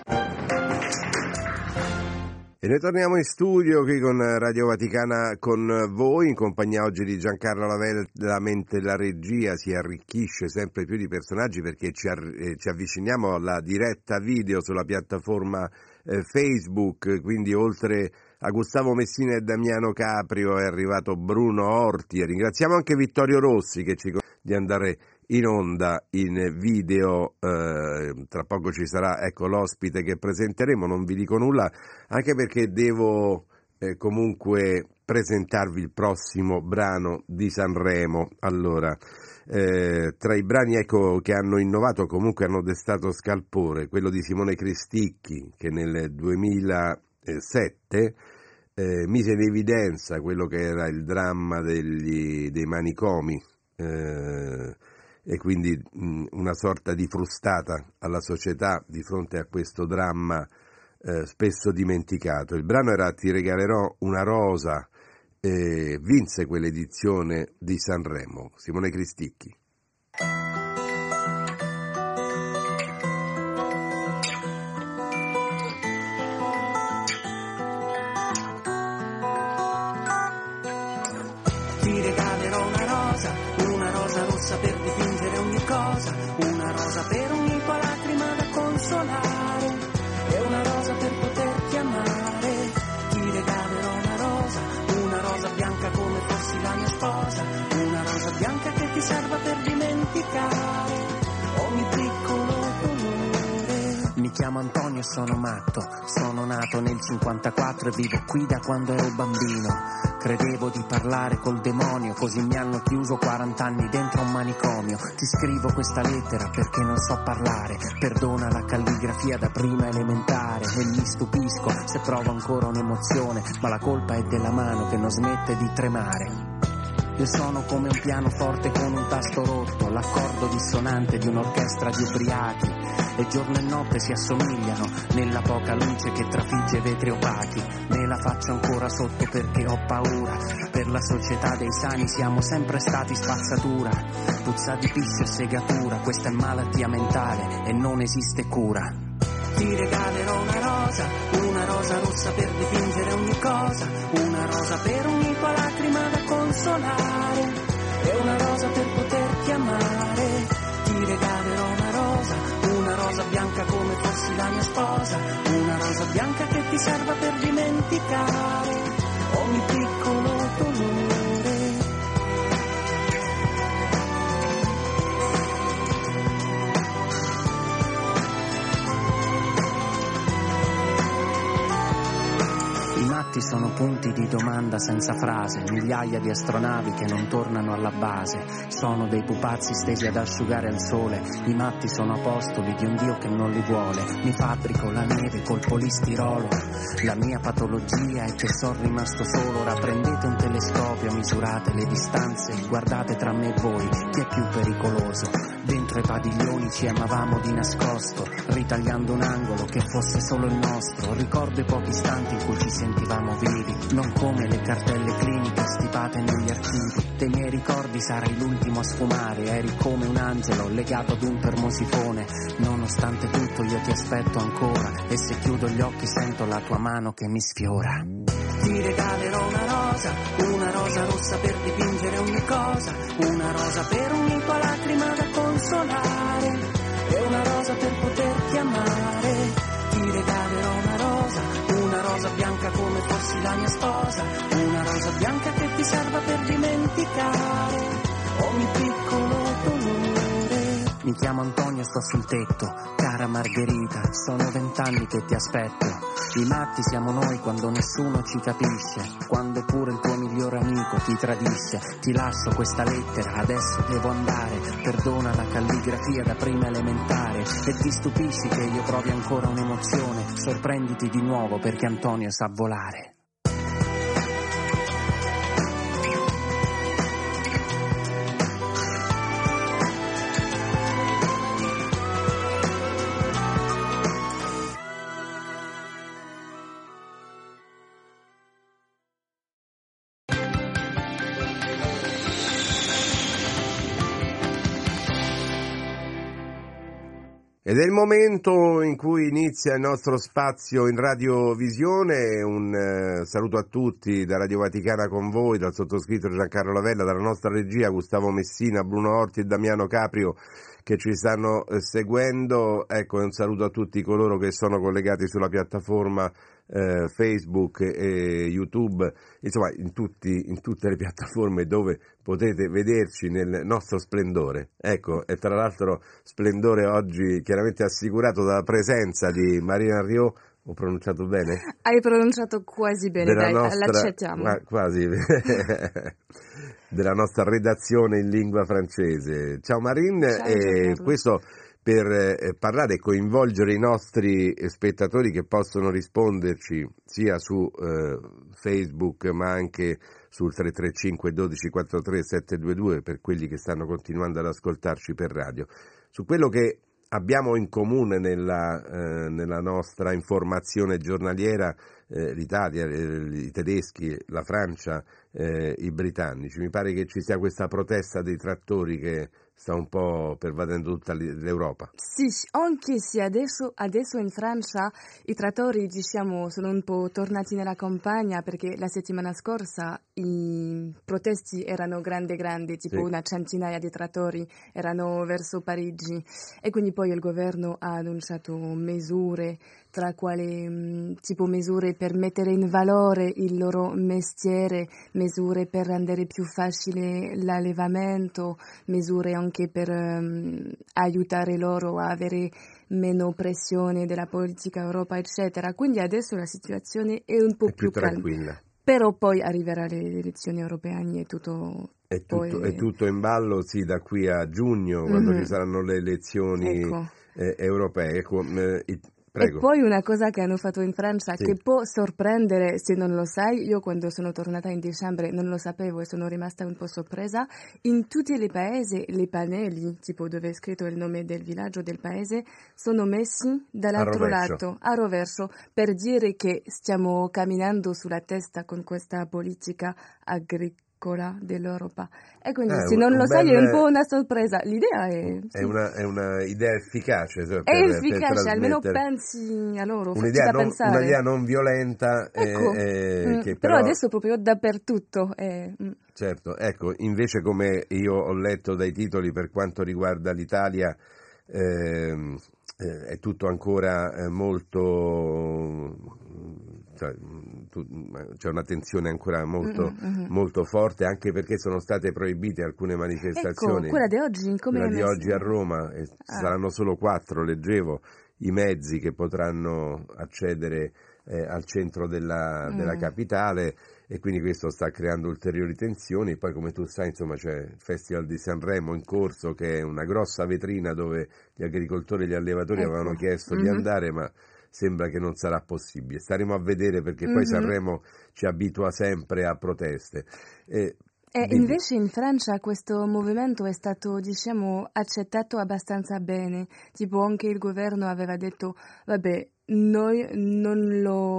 E noi torniamo in studio qui con Radio Vaticana con voi, in compagnia oggi di Giancarlo Lavella, mentre la regia si arricchisce sempre più di personaggi perché ci avviciniamo alla diretta video sulla piattaforma Facebook, quindi oltre a Gustavo Messina e Damiano Caprio è arrivato Bruno Orti e ringraziamo anche Vittorio Rossi che ci consente di andare in onda in video. Tra poco ci sarà l'ospite che presenteremo, non vi dico nulla anche perché devo comunque presentarvi il prossimo brano di Sanremo. Allora, tra i brani che hanno innovato, comunque hanno destato scalpore, quello di Simone Cristicchi che nel 2007 mise in evidenza quello che era il dramma dei manicomi e quindi una sorta di frustata alla società di fronte a questo dramma spesso dimenticato. Il brano era Ti regalerò una rosa, vinse quell'edizione di Sanremo, Simone Cristicchi. Ti regalerò una rosa rossa per dipingere ogni cosa, una rosa per ogni tua lacrima da consolare, e una rosa per poterti amare. Ti regalerò una rosa bianca come fossi la mia sposa, una rosa bianca che ti serva per dimenticare ogni piccolo dolore. Mi chiamo Antonio e sono matto, sono nato nel 54 e vivo qui da quando ero bambino. Credevo di parlare col demonio, così mi hanno chiuso 40 anni dentro un manicomio. Ti scrivo questa lettera perché non so parlare, perdona la calligrafia da prima elementare, e mi stupisco se provo ancora un'emozione, ma la colpa è della mano che non smette di tremare. Io sono come un pianoforte con un tasto rotto, l'accordo dissonante di un'orchestra di ubriachi, e giorno e notte si assomigliano nella poca luce che trafigge vetri opachi. Me la faccio ancora sotto perché ho paura, per la società dei sani siamo sempre stati spazzatura, puzza di piscio e segatura, questa è malattia mentale e non esiste cura. Ti regalerò una rosa rossa per dipingere ogni cosa, una rosa per ogni tua lacrima da consolare, e una rosa per poterti amare. Ti regalerò una rosa bianca come fossi la mia sposa, una rosa bianca che ti serva per dimenticare ogni piccolo dolore. I matti sono punti di domanda senza frase, migliaia di astronavi che non tornano alla base, sono dei pupazzi stesi ad asciugare al sole, i matti sono apostoli di un Dio che non li vuole, mi fabbrico la neve col polistirolo, la mia patologia è che sono rimasto solo, ora prendete un telescopio, misurate le distanze, guardate tra me e voi, chi è più pericoloso, dentro i padiglioni ci amavamo di nascosto, ritagliando un angolo che fosse solo il nostro, ricordo i pochi istanti in cui ci sentivamo vivi, non come le cartelle cliniche stipate negli archivi. Dei miei ricordi sarai l'ultimo a sfumare, eri come un angelo legato ad un termosifone, nonostante tutto io ti aspetto ancora, e se chiudo gli occhi sento la tua mano che mi sfiora. Ti regalerò una rosa rossa per dipingere ogni cosa, una rosa per ogni tua lacrima da consolare, e una rosa per poterti amare. Ti regalerò una rosa bianca come fossi la mia sposa, una rosa bianca che ti serva per dimenticare ogni piccolo dolore. Mi chiamo Antonio, sto sul tetto. Cara Margherita, sono 20 anni che ti aspetto. I matti siamo noi quando nessuno ci capisce, quando pure il tuo migliore amico ti tradisce. Ti lascio questa lettera, adesso devo andare. Perdona la calligrafia da prima elementare. E ti stupisci che io provi ancora un'emozione. Sorprenditi di nuovo perché Antonio sa volare. Ed è il momento in cui inizia il nostro spazio in radiovisione. Un saluto a tutti da Radio Vaticana con voi, dal sottoscritto Giancarlo Lavella, dalla nostra regia Gustavo Messina, Bruno Orti e Damiano Caprio che ci stanno seguendo. Ecco, un saluto a tutti coloro che sono collegati sulla piattaforma Facebook e YouTube, insomma in tutte le piattaforme dove potete vederci nel nostro splendore. Ecco, e tra l'altro splendore oggi chiaramente assicurato dalla presenza di Marina Riot. Ho pronunciato bene? Hai pronunciato quasi bene, dai, l'accettiamo. Quasi. Della nostra redazione in lingua francese. Ciao Marine, questo per parlare e coinvolgere i nostri spettatori che possono risponderci sia su Facebook ma anche sul 335 12 43 722 per quelli che stanno continuando ad ascoltarci per radio. Su quello che abbiamo in comune nella nostra informazione giornaliera, l'Italia, i tedeschi, la Francia, i britannici. Mi pare che ci sia questa protesta dei trattori che sta un po' pervadendo tutta l'Europa. Sì, anche se adesso in Francia i trattori, diciamo, sono un po' tornati nella campagna, perché la settimana scorsa i protesti erano grandi, tipo sì, una centinaia di trattori erano verso Parigi, e quindi poi il governo ha annunciato misure, tra quali tipo misure per mettere in valore il loro mestiere, misure per rendere più facile l'allevamento, misure anche per aiutare loro a avere meno pressione della politica Europa, eccetera. Quindi adesso la situazione è un po' più tranquilla. Però poi arriverà le elezioni europee e tutto. È tutto in ballo, sì, da qui a giugno, quando ci saranno le elezioni europee. Ecco, prego. E poi una cosa che hanno fatto in Francia, sì, che può sorprendere se non lo sai, io quando sono tornata in dicembre non lo sapevo e sono rimasta un po' sorpresa, in tutti i paesi le pannelli, tipo dove è scritto il nome del villaggio, del paese, sono messi dall'altro lato, a rovescio, per dire che stiamo camminando sulla testa con questa politica agricola dell'Europa. E quindi se non lo sai è un po' una sorpresa. L'idea è una idea efficace, è efficace, almeno pensi a loro, un'idea non violenta, ecco. Che però adesso proprio dappertutto certo, ecco, invece come io ho letto dai titoli per quanto riguarda l'Italia, è tutto ancora molto, c'è una tensione ancora molto forte, anche perché sono state proibite alcune manifestazioni. Ecco, quella di oggi, quella di oggi a Roma, saranno solo 4, leggevo, i mezzi che potranno accedere al centro della capitale, e quindi questo sta creando ulteriori tensioni. Poi, come tu sai, insomma, c'è il Festival di Sanremo in corso, che è una grossa vetrina dove gli agricoltori e gli allevatori avevano chiesto di andare, ma sembra che non sarà possibile. Staremo a vedere, perché poi Sanremo ci abitua sempre a proteste. Invece in Francia questo movimento è stato, diciamo, accettato abbastanza bene, tipo anche il governo aveva detto vabbè, noi non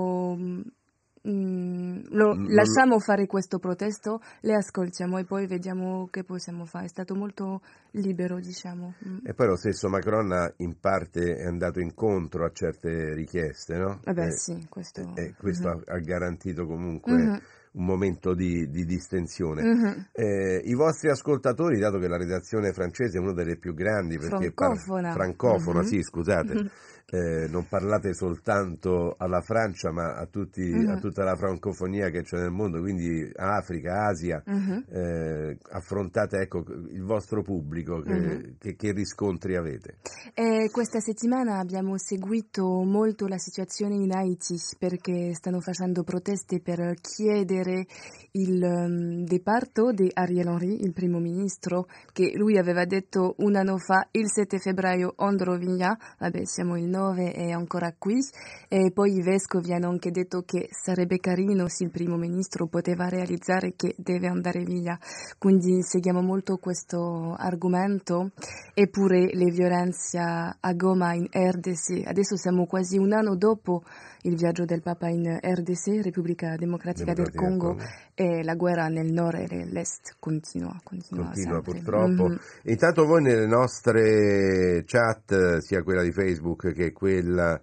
lasciamo fare questo protesto, le ascoltiamo e poi vediamo che possiamo fare. È stato molto libero, diciamo. E poi lo stesso Macron in parte è andato incontro a certe richieste, no? Sì, questo ha garantito comunque un momento di distensione. I vostri ascoltatori, dato che la redazione francese è una delle più grandi, perché francofona, sì, scusate, non parlate soltanto alla Francia, ma a tutta la francofonia che c'è nel mondo, quindi Africa, Asia, affrontate, ecco, il vostro pubblico, che riscontri avete? Questa settimana abbiamo seguito molto la situazione in Haiti, perché stanno facendo proteste per chiedere il departo di Ariel Henry, il primo ministro, che lui aveva detto un anno fa, il 7 febbraio andrò via. Vabbè, siamo il 9 e ancora qui, e poi i vescovi hanno anche detto che sarebbe carino se il primo ministro poteva realizzare che deve andare via, quindi seguiamo molto questo argomento. Eppure le violenze a Goma in RDC, adesso siamo quasi un anno dopo il viaggio del Papa in RDC, Repubblica Democratica del Congo, e la guerra nel nord e nell'est continua purtroppo. Intanto voi nelle nostre chat, sia quella di Facebook che quella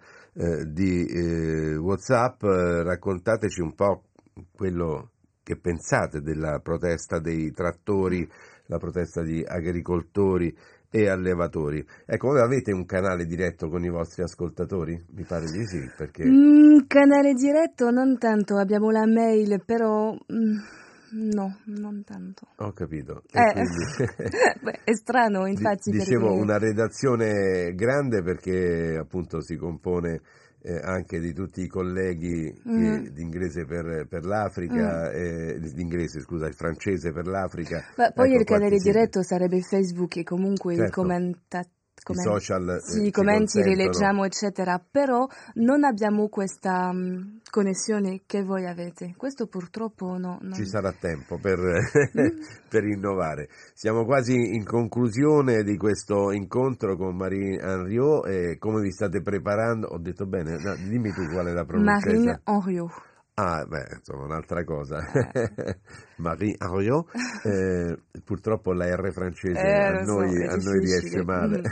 di WhatsApp, raccontateci un po' quello che pensate della protesta dei trattori, la protesta di agricoltori e allevatori. Ecco, voi avete un canale diretto con i vostri ascoltatori? Mi pare di sì, perché... Canale diretto non tanto, abbiamo la mail, però... No, non tanto. Ho capito. Quindi... è strano, infatti. Dicevo, perché... una redazione grande, perché appunto si compone anche di tutti i colleghi d'inglese per l'Africa, il francese per l'Africa. Ma poi il canale diretto sarebbe Facebook, e comunque i commentatori. I social, i commenti li leggiamo, eccetera, però non abbiamo questa connessione che voi avete. Questo purtroppo no. Ci sarà tempo per innovare. Siamo quasi in conclusione di questo incontro con Marine Henriot. E come vi state preparando? Ho detto bene? No, dimmi tu qual è la pronuncia. Marine Henriot. Ah, insomma, un'altra cosa. Marie Henriot, purtroppo la R francese a noi riesce male.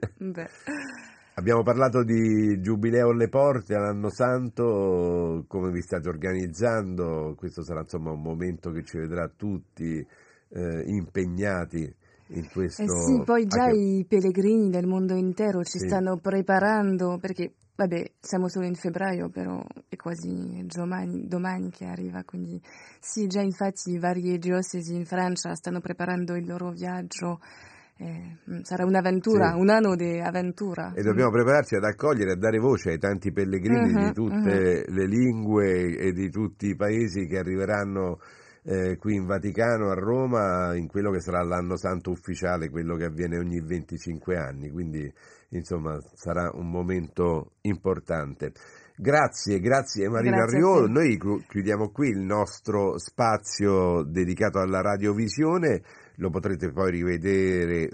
Abbiamo parlato di Giubileo alle porte, all'anno santo, come vi state organizzando? Questo sarà insomma un momento che ci vedrà tutti impegnati in questo... sì, poi già i pellegrini del mondo intero ci stanno preparando, perché... Vabbè, siamo solo in febbraio, però è quasi domani che arriva, quindi sì, già infatti varie diocesi in Francia stanno preparando il loro viaggio, sarà un'avventura, un anno di avventura. E dobbiamo prepararci ad accogliere, a dare voce ai tanti pellegrini di tutte le lingue e di tutti i paesi che arriveranno qui in Vaticano, a Roma, in quello che sarà l'anno santo ufficiale, quello che avviene ogni 25 anni, quindi insomma sarà un momento importante. Grazie Marina Henriot. Noi chiudiamo qui il nostro spazio dedicato alla radiovisione, lo potrete poi rivedere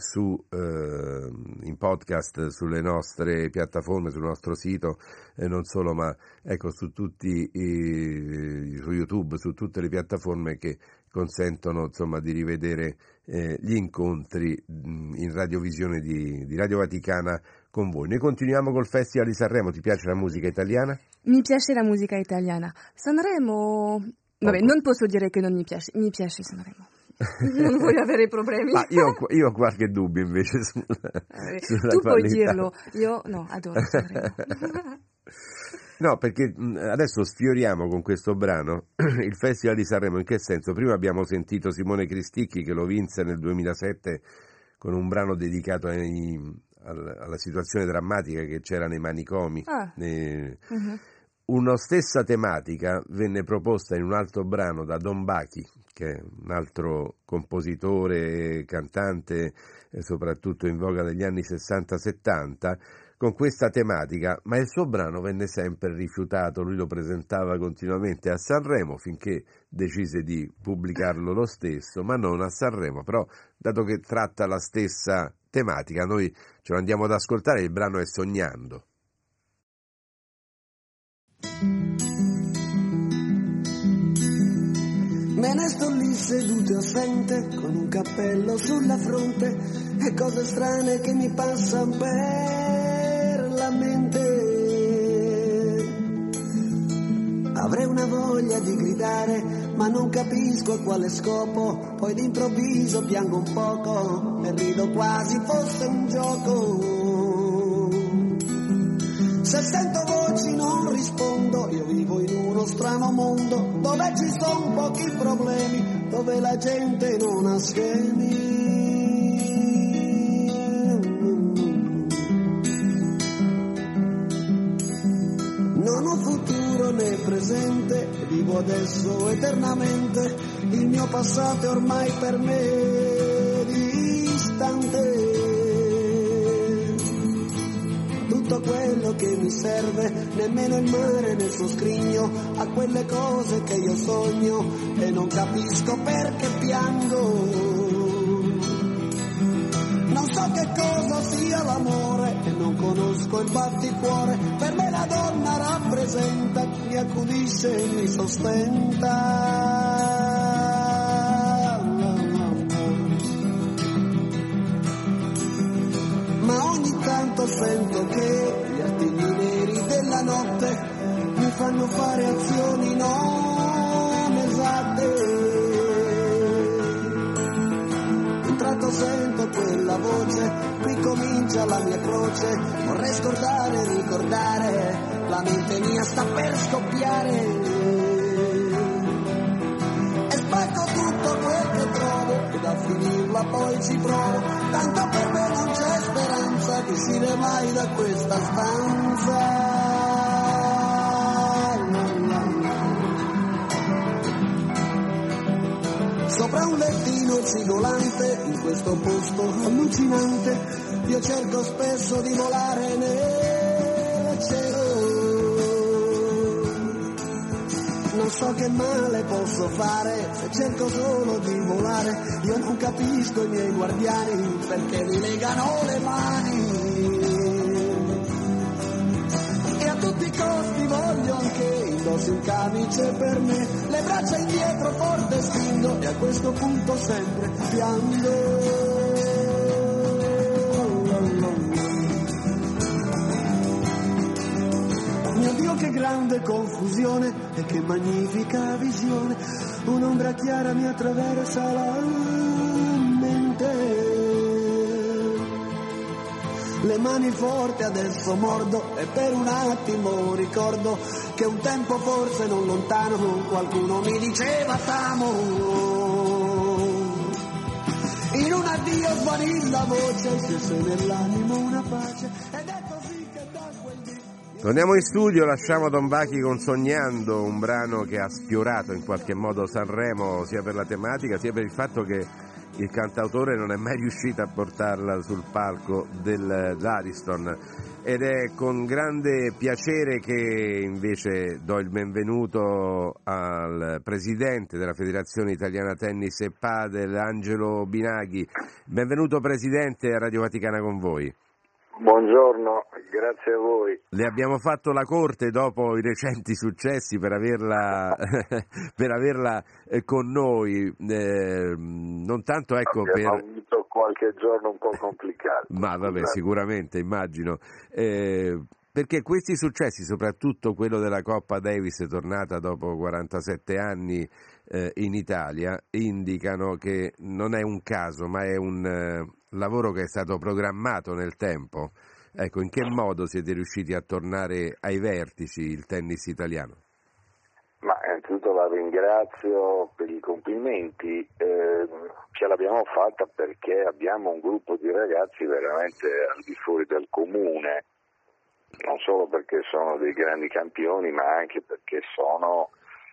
in podcast sulle nostre piattaforme, sul nostro sito, non solo, ma ecco su YouTube, su tutte le piattaforme che consentono insomma di rivedere gli incontri in radiovisione di Radio Vaticana con voi. Noi continuiamo col Festival di Sanremo. Ti piace la musica italiana? Mi piace la musica italiana. Sanremo, vabbè, non posso dire che non mi piace Sanremo. Non voglio avere problemi. Ma io ho qualche dubbio invece sulla tu qualità. Puoi dirlo, io no, adoro Sanremo. No, perché adesso sfioriamo con questo brano il Festival di Sanremo. In che senso? Prima abbiamo sentito Simone Cristicchi che lo vinse nel 2007 con un brano dedicato alla situazione drammatica che c'era nei manicomi. Una stessa tematica venne proposta in un altro brano da Don Bachi, che è un altro compositore e cantante, soprattutto in voga negli anni 60-70, con questa tematica, ma il suo brano venne sempre rifiutato. Lui lo presentava continuamente a Sanremo finché decise di pubblicarlo lo stesso, ma non a Sanremo. Però, dato che tratta la stessa tematica, noi ce lo andiamo ad ascoltare. Il brano è Sognando. Me ne sto lì seduto assente, con un cappello sulla fronte e cose strane che mi passano per la mente. Avrei una voglia di gridare, ma non capisco a quale scopo. Poi d'improvviso piango un poco e rido quasi fosse un gioco. Se sento voci non rispondo, io vivo in uno strano mondo dove ci sono pochi problemi, dove la gente non ha schemi. Non ho futuro né presente, vivo adesso eternamente, il mio passato è ormai per me distante. Tutto quello che mi serve, nemmeno il mare nel suo scrigno, a quelle cose che io sogno e non capisco perché piango. Non so che cosa sia l'amore e non conosco il batticuore, per me la donna rappresenta chi mi accudisce e mi sostenta. Ma ogni tanto sento che gli artigli neri della notte mi fanno fare azioni non esatte. Un tratto sento quella voce, qui comincia la mia croce, vorrei scordare e ricordare, la mente mia sta per scoppiare. E spacco tutto quel che trovo, ed a finirla poi ci provo, tanto per me non c'è speranza di uscire mai da questa stanza. Sopra un lettino cigolante, in questo posto allucinante, io cerco spesso di volare nel cielo. Non so che male posso fare se cerco solo di volare, io non capisco i miei guardiani perché mi legano le mani. E a tutti i costi voglio anche indossi un camice per me, le braccia indietro forte spingo e a questo punto sempre piango. Mio Dio, che grande confusione e che magnifica visione, un'ombra chiara mi attraversa la mente. Le mani forti adesso mordo e per un attimo ricordo che un tempo forse non lontano qualcuno mi diceva t'amo. In un addio svanì la voce, scese nell'animo una pace ed è così che da quel dì. Torniamo in studio, lasciamo Don Bachi con Sognando, un brano che ha sfiorato in qualche modo Sanremo sia per la tematica sia per il fatto che il cantautore non è mai riuscito a portarla sul palco dell'Ariston, ed è con grande piacere che invece do il benvenuto al presidente della Federazione Italiana Tennis e Padel, Angelo Binaghi. Benvenuto Presidente a Radio Vaticana con voi. Buongiorno, grazie a voi. Le abbiamo fatto la corte dopo i recenti successi per averla con noi, non tanto ecco abbiamo per... avuto qualche giorno un po' complicato. Ma vabbè, sicuramente, immagino. Perché questi successi, soprattutto quello della Coppa Davis tornata dopo 47 anni in Italia, indicano che non è un caso, ma è un lavoro che è stato programmato nel tempo. Ecco, in che modo siete riusciti a tornare ai vertici il tennis italiano? Ma innanzitutto la ringrazio per i complimenti, ce l'abbiamo fatta perché abbiamo un gruppo di ragazzi veramente al di fuori del comune, non solo perché sono dei grandi campioni, ma anche perché sono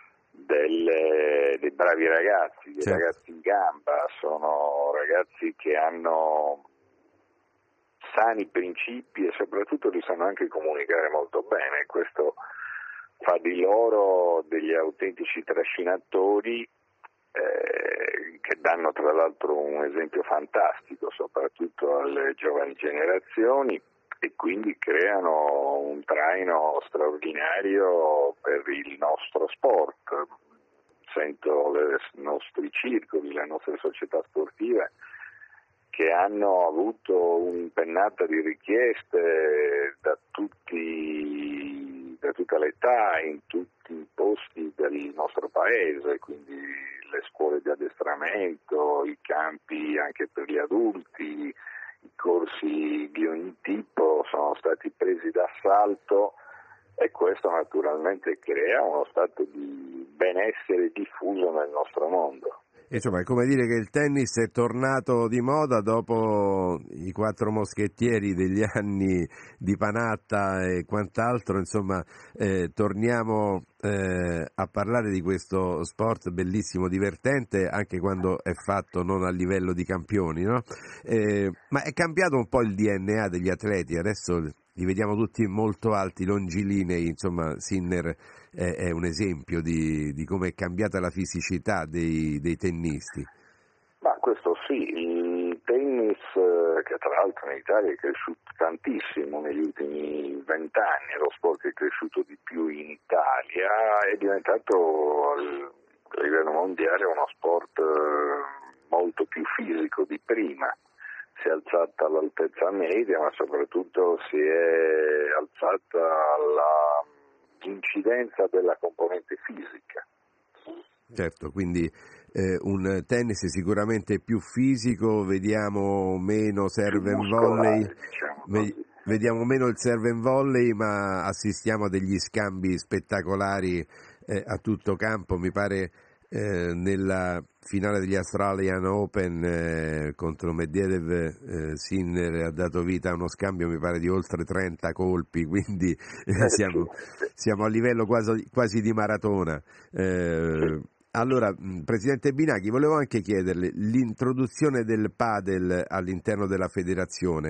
dei bravi ragazzi, dei certo. Ragazzi in gamba, sono ragazzi che hanno sani principi e soprattutto li sanno anche comunicare molto bene. Questo fa di loro degli autentici trascinatori che danno tra l'altro un esempio fantastico soprattutto alle giovani generazioni e quindi creano un traino straordinario per il nostro sport. Sento i nostri circoli, le nostre società sportive che hanno avuto un'impennata di richieste da tutta l'età, in tutti i costi del nostro paese, quindi le scuole di addestramento, i campi anche per gli adulti, i corsi di ogni tipo sono stati presi d'assalto e questo naturalmente crea uno stato di benessere diffuso nel nostro mondo. Insomma, è come dire che il tennis è tornato di moda dopo i 4 moschettieri degli anni di Panatta e quant'altro, insomma, torniamo a parlare di questo sport bellissimo, divertente, anche quando è fatto non a livello di campioni, no? Ma è cambiato un po' il DNA degli atleti, adesso li vediamo tutti molto alti, longilinei, insomma Sinner è un esempio di come è cambiata la fisicità dei tennisti. Ma questo sì, il tennis che tra l'altro in Italia è cresciuto tantissimo negli ultimi 20 anni, è lo sport che è cresciuto di più in Italia, è diventato a livello mondiale uno sport molto più fisico di prima. Si è alzata all'altezza media, ma soprattutto si è alzata all'incidenza della componente fisica. Certo, quindi un tennis sicuramente più fisico, vediamo meno serve and volley, diciamo vediamo meno il serve and volley, ma assistiamo a degli scambi spettacolari a tutto campo, mi pare. Nella finale degli Australian Open contro Medvedev Sinner ha dato vita a uno scambio mi pare di oltre 30 colpi, quindi siamo a livello quasi di maratona. Allora, Presidente Binaghi, volevo anche chiederle l'introduzione del padel all'interno della federazione,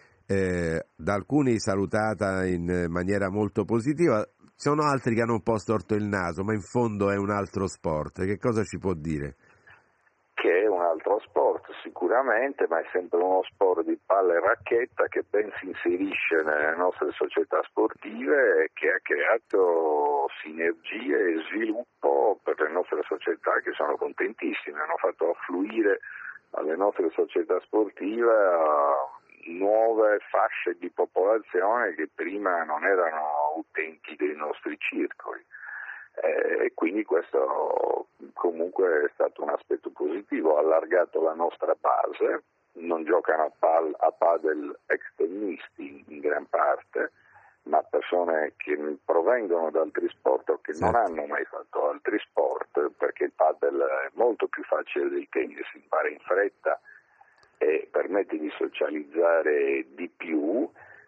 da alcuni salutata in maniera molto positiva. Sono altri che hanno un po' storto il naso, ma in fondo è un altro sport. Che cosa ci può dire? Che è un altro sport sicuramente, ma è sempre uno sport di palla e racchetta che ben si inserisce nelle nostre società sportive e che ha creato sinergie e sviluppo per le nostre società che sono contentissime, hanno fatto affluire alle nostre società sportive nuove fasce di popolazione che prima non erano utenti dei nostri circoli e quindi questo comunque è stato un aspetto positivo, ha allargato la nostra base, non giocano a padel ex tennisti in gran parte, ma persone che provengono da altri sport o che non hanno mai fatto altri sport, perché il padel è molto più facile del tennis, si impara in fretta e permette di socializzare di più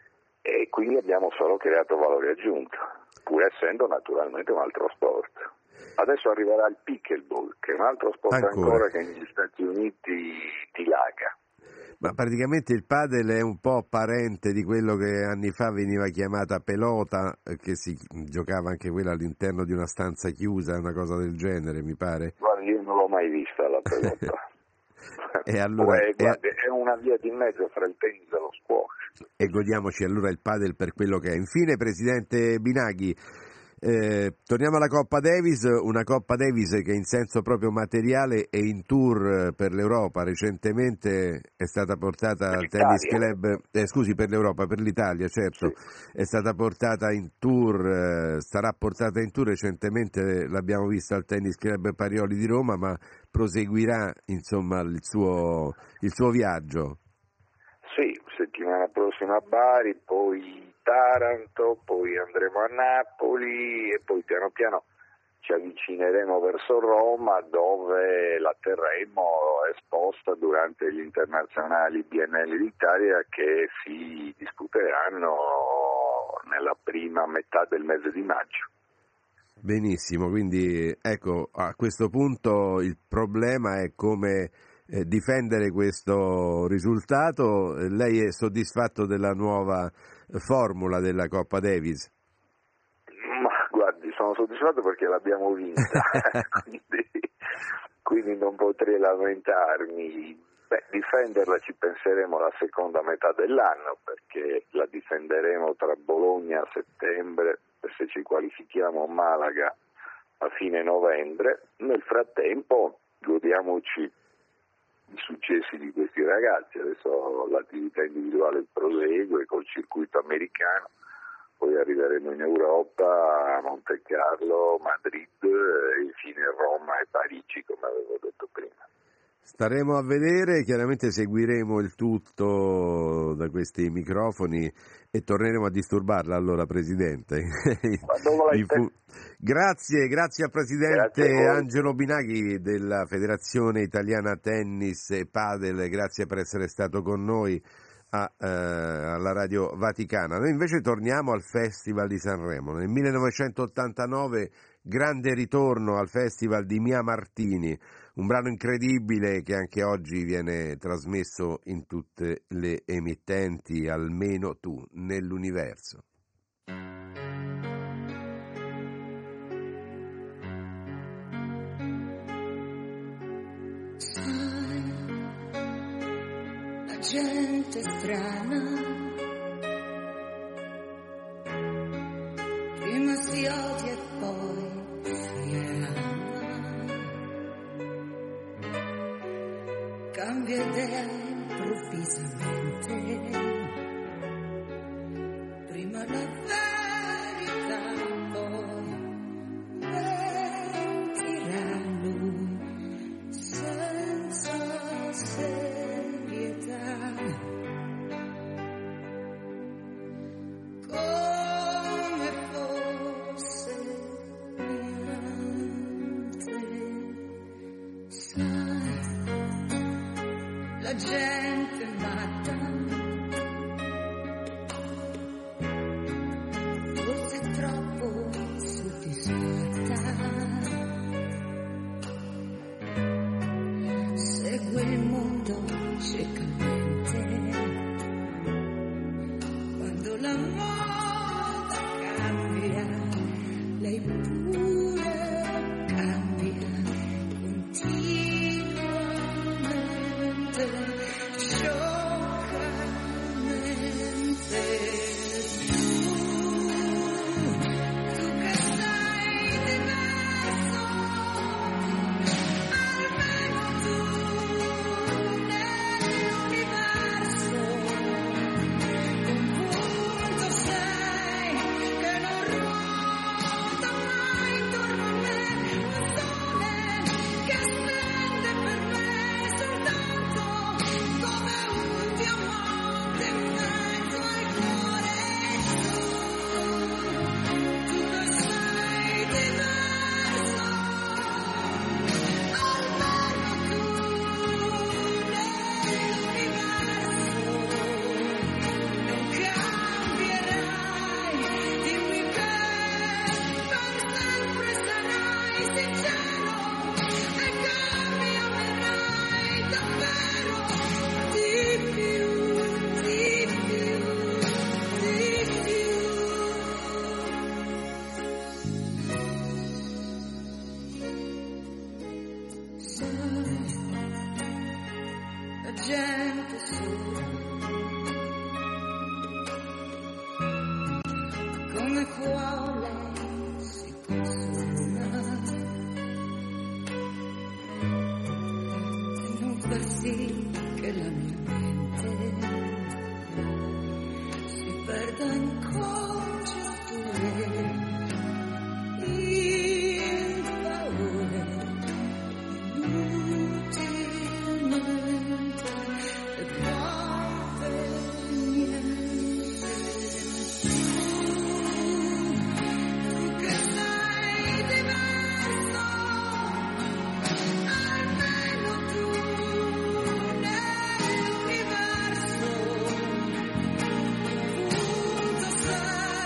e quindi abbiamo solo creato valore aggiunto, pur essendo naturalmente un altro sport. Adesso arriverà il pickleball, che è un altro sport ancora che negli Stati Uniti dilaga. Ma praticamente il padel è un po' parente di quello che anni fa veniva chiamata pelota, che si giocava anche quella all'interno di una stanza chiusa, una cosa del genere, mi pare. Guarda, io non l'ho mai vista la pelota. E allora, è una via di mezzo fra il tennis e lo squash. E godiamoci allora il padel per quello che è. Infine, Presidente Binaghi, torniamo alla Coppa Davis, una Coppa Davis che in senso proprio materiale è in tour per l'Europa. Recentemente è stata portata al Tennis Club, per l'Europa, per l'Italia, certo, sì. È stata portata in tour, sarà portata in tour, recentemente l'abbiamo vista al Tennis Club Parioli di Roma, ma proseguirà insomma il suo viaggio. Sì, settimana prossima a Bari, poi Taranto, poi andremo a Napoli e poi piano piano ci avvicineremo verso Roma, dove la terremo esposta durante gli internazionali BNL d'Italia che si disputeranno nella prima metà del mese di maggio. Benissimo, quindi ecco, a questo punto il problema è come difendere questo risultato. Lei è soddisfatto della nuova formula della Coppa Davis? Ma guardi, sono soddisfatto perché l'abbiamo vinta, quindi non potrei lamentarmi. Difenderla ci penseremo la seconda metà dell'anno, perché la difenderemo tra Bologna a settembre e se ci qualifichiamo Malaga a fine novembre. Nel frattempo godiamoci i successi di questi ragazzi, adesso l'attività individuale prosegue col circuito americano, poi arriveremo in Europa, a Monte Carlo, Madrid, e infine Roma e Parigi, come avevo detto prima. Staremo a vedere, chiaramente seguiremo il tutto da questi microfoni e torneremo a disturbarla allora, Presidente. Grazie al Presidente Angelo Binaghi della Federazione Italiana Tennis e Padel, grazie per essere stato con noi alla Radio Vaticana. Noi invece torniamo al Festival di Sanremo. Nel 1989 grande ritorno al Festival di Mia Martini, un brano incredibile che anche oggi viene trasmesso in tutte le emittenti, almeno tu, nell'universo. Sai, la gente strana prima si odia e poi si ama, cambia idea improvvisamente, prima la verità, poi mentiranno senza serietà, come fosse niente. Sai, la gente matta, forse troppo soddisfatta, segue il mondo ciecamente, quando la moda cambia, lei pure cambia continuamente, scioccamente. Tu che sei diverso, almeno tu nell'universo, un punto sei che non ruota mai intorno a me, un sole che splende per me soltanto come un diamante in mezzo al cuore. Tu che sei diverso, almeno tu nell'universo non cambierai, dimmi che per sempre sarai sincero e che mi amerai davvero di più, di più, di più. Sai, la gente sola, come può lei si consola e non far sì che la mia mente si perda in congetture, in paure, inutilmente e poi per niente. Tu che sei diverso, almeno tu nell'universo, un punto sei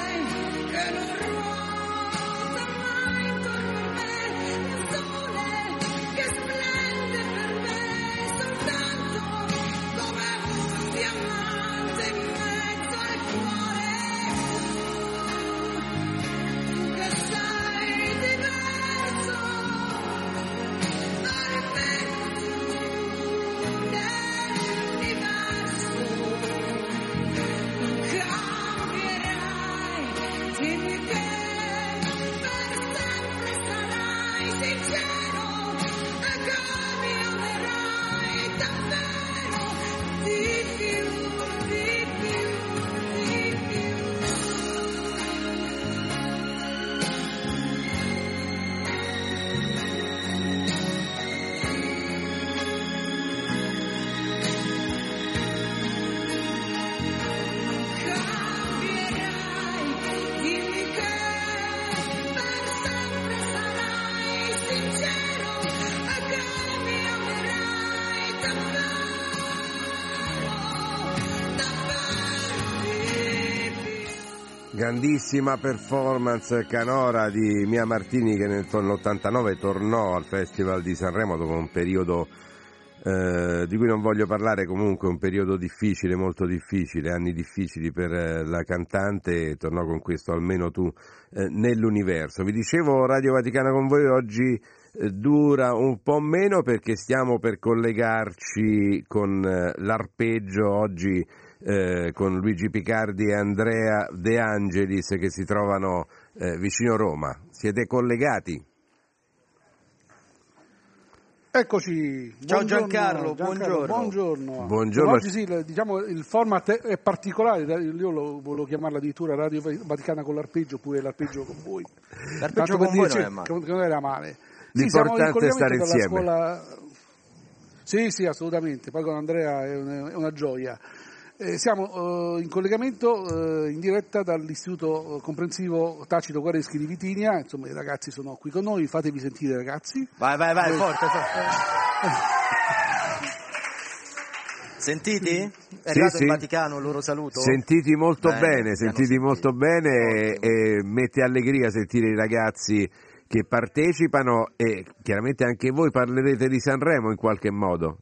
Grandissima performance canora di Mia Martini, che nell'89 tornò al Festival di Sanremo dopo un periodo di cui non voglio parlare, comunque un periodo difficile, molto difficile, anni difficili per la cantante, e tornò con questo Almeno tu nell'universo. Vi dicevo, Radio Vaticana con voi oggi dura un po' meno perché stiamo per collegarci con l'arpeggio oggi con Luigi Picardi e Andrea De Angelis, che si trovano vicino Roma. Siete collegati? Eccoci. Ciao Giancarlo, buongiorno. Buongiorno. Oggi sì, diciamo il format è particolare, io volevo chiamarla addirittura Radio Vaticana con l'arpeggio, oppure l'arpeggio con voi. L'arpeggio con voi non è male. Non era male. L'importante è stare insieme. Scuola... Sì, assolutamente, poi con Andrea è una gioia. Siamo in collegamento in diretta dall'Istituto Comprensivo Tacito Guareschi di Vitinia, insomma i ragazzi sono qui con noi, fatevi sentire ragazzi. Vai, forte. Sentiti? È arrivato il Vaticano, il loro saluto? Sentiti molto bene e mette allegria sentire i ragazzi che partecipano, e chiaramente anche voi parlerete di Sanremo in qualche modo.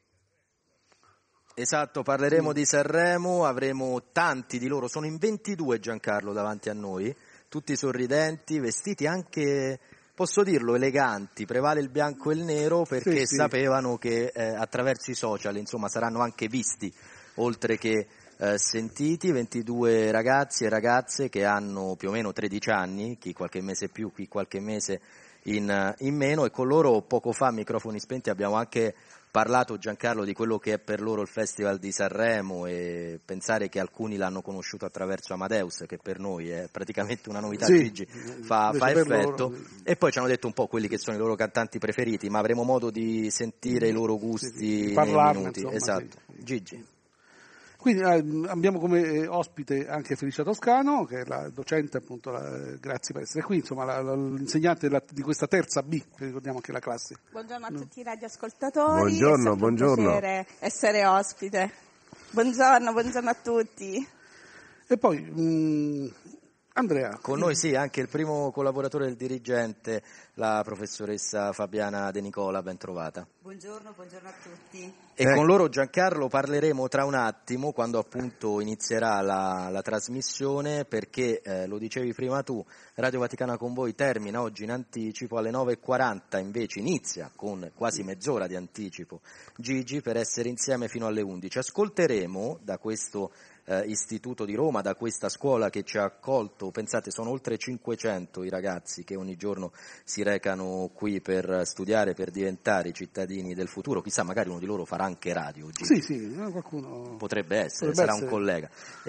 Esatto, parleremo di Sanremo, avremo tanti di loro, sono in 22 Giancarlo davanti a noi, tutti sorridenti, vestiti anche, posso dirlo, eleganti, prevale il bianco e il nero perché sapevano che attraverso i social insomma saranno anche visti, oltre che sentiti, 22 ragazzi e ragazze che hanno più o meno 13 anni, chi qualche mese più, chi qualche mese in meno, e con loro poco fa a microfoni spenti abbiamo anche parlato, Giancarlo, di quello che è per loro il Festival di Sanremo, e pensare che alcuni l'hanno conosciuto attraverso Amadeus, che per noi è praticamente una novità, Gigi, fa effetto, e poi ci hanno detto un po' quelli che sono i loro cantanti preferiti, ma avremo modo di sentire i loro gusti nei minuti. Insomma, esatto. Gigi. Quindi abbiamo come ospite anche Felicia Toscano, che è la docente, appunto, grazie per essere qui, insomma l'insegnante di questa terza B, che ricordiamo che è la classe. Buongiorno a tutti i radioascoltatori. Buongiorno. È un piacere essere ospite. Buongiorno a tutti. E poi Andrea. Con noi anche il primo collaboratore del dirigente, la professoressa Fabiana De Nicola, ben trovata. Buongiorno a tutti. E con loro, Giancarlo, parleremo tra un attimo, quando appunto inizierà la trasmissione, perché lo dicevi prima tu, Radio Vaticana con voi termina oggi in anticipo alle 9:40, invece inizia con quasi mezz'ora di anticipo Gigi, per essere insieme fino alle 11. Ascolteremo da questo istituto di Roma, da questa scuola che ci ha accolto, pensate sono oltre 500 i ragazzi che ogni giorno si recano qui per studiare, per diventare i cittadini del futuro, chissà magari uno di loro farà anche radio oggi. Sì, qualcuno potrebbe essere, sarà un collega,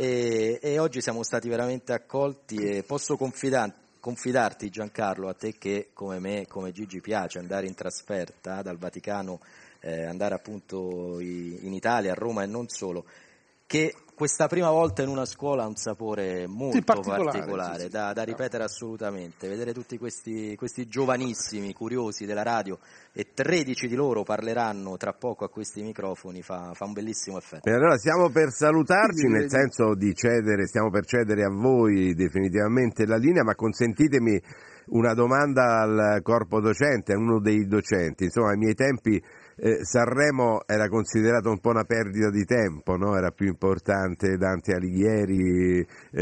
e oggi siamo stati veramente accolti, e posso confidarti, Giancarlo, a te che come me, come Gigi, piace andare in trasferta dal Vaticano, andare appunto in Italia, a Roma e non solo, che questa prima volta in una scuola ha un sapore molto particolare da ripetere assolutamente. Vedere tutti questi giovanissimi curiosi della radio, e 13 di loro parleranno tra poco a questi microfoni, fa un bellissimo effetto. E allora stiamo per salutarci, nel senso di stiamo per cedere a voi definitivamente la linea, ma consentitemi una domanda al corpo docente, a uno dei docenti. Insomma, ai miei tempi Sanremo era considerato un po' una perdita di tempo, no? Era più importante Dante Alighieri,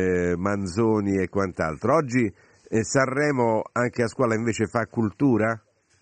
Manzoni e quant'altro. Oggi Sanremo anche a scuola invece fa cultura?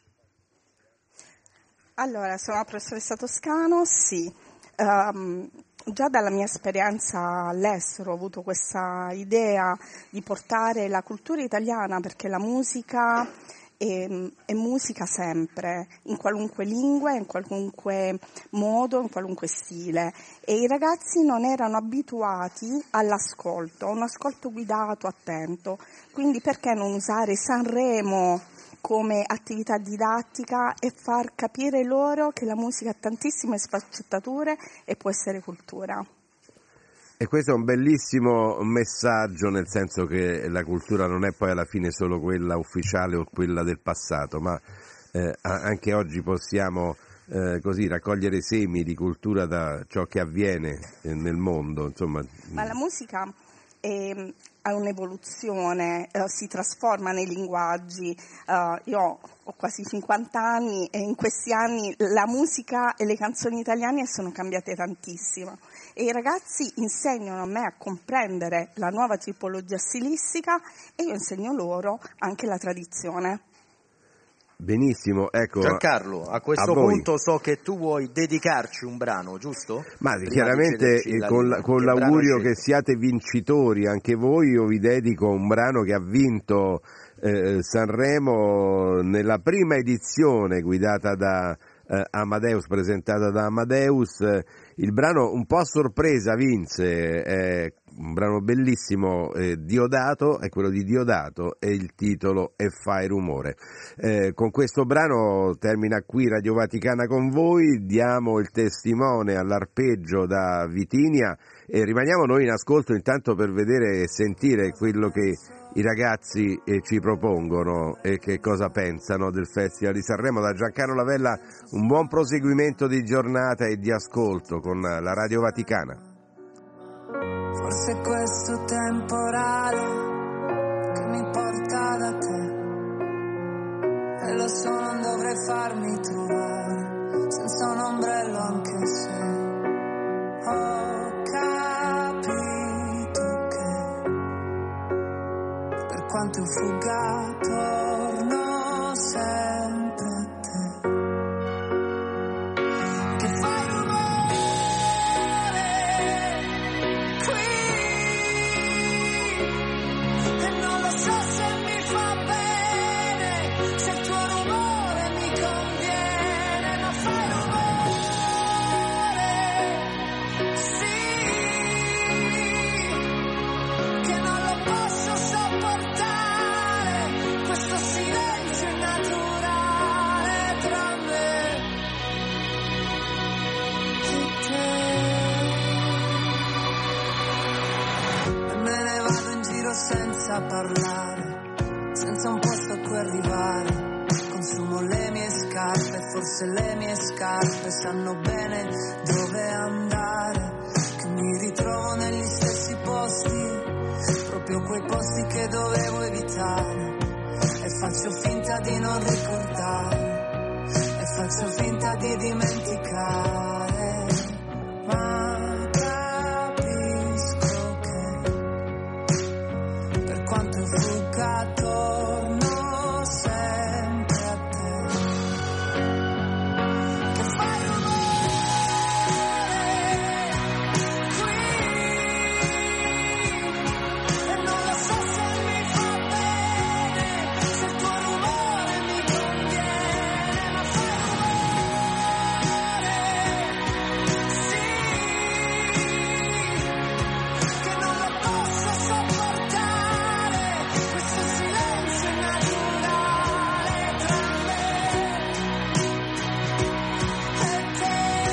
Allora, sono la professoressa Toscano, sì. Già dalla mia esperienza all'estero ho avuto questa idea di portare la cultura italiana, perché la musica è musica sempre, in qualunque lingua, in qualunque modo, in qualunque stile, e i ragazzi non erano abituati all'ascolto, a un ascolto guidato, attento, quindi perché non usare Sanremo come attività didattica e far capire loro che la musica ha tantissime sfaccettature e può essere cultura. E questo è un bellissimo messaggio, nel senso che la cultura non è poi alla fine solo quella ufficiale o quella del passato, ma anche oggi possiamo così raccogliere semi di cultura da ciò che avviene nel mondo, insomma. Ma la musica e ha un'evoluzione, si trasforma nei linguaggi. Io ho quasi 50 anni e in questi anni la musica e le canzoni italiane sono cambiate tantissimo e i ragazzi insegnano a me a comprendere la nuova tipologia stilistica e io insegno loro anche la tradizione. Benissimo, ecco. Giancarlo, a questo punto so che tu vuoi dedicarci un brano, giusto? Ma chiaramente con l'augurio che siate vincitori anche voi, io vi dedico un brano che ha vinto Sanremo nella prima edizione guidata da Amadeus, presentata da Amadeus. Il brano un po' a sorpresa vinse, è un brano bellissimo, Diodato, è quello di Diodato e il titolo è Fai rumore. Con questo brano termina qui Radio Vaticana con voi, diamo il testimone all'arpeggio da Vitinia e rimaniamo noi in ascolto intanto per vedere e sentire quello che i ragazzi ci propongono e che cosa pensano del Festival di Sanremo. Da Giancarlo Lavella un buon proseguimento di giornata e di ascolto con la Radio Vaticana. Forse questo temporale che mi porta da te, e lo so non dovrei farmi trovare senza un ombrello, anche se ho capito che per quanto fugga torno sempre a te, che fai rumore qui e non lo so se mi fa bene, se il tuo rumore mi conviene, ma fai rumore, sì, che non lo posso sopportare, questo silenzio innaturale tra me e te. E me ne vado in giro senza parlare, senza un posto a cui arrivare, consumo le mie scarpe, forse le mie scarpe sanno bene dove andare, che mi ritrovo negli stessi posti, proprio quei posti che dovevo evitare, e faccio finta di non ricordare, e faccio finta di dimenticare, ma capisco che per quanto fugga torno sempre a te, che fai rumore qui e non lo so se mi fa bene, se il tuo rumore mi conviene, ma fai rumore, sì, che non lo posso sopportare, questo silenzio innaturale tra me e te.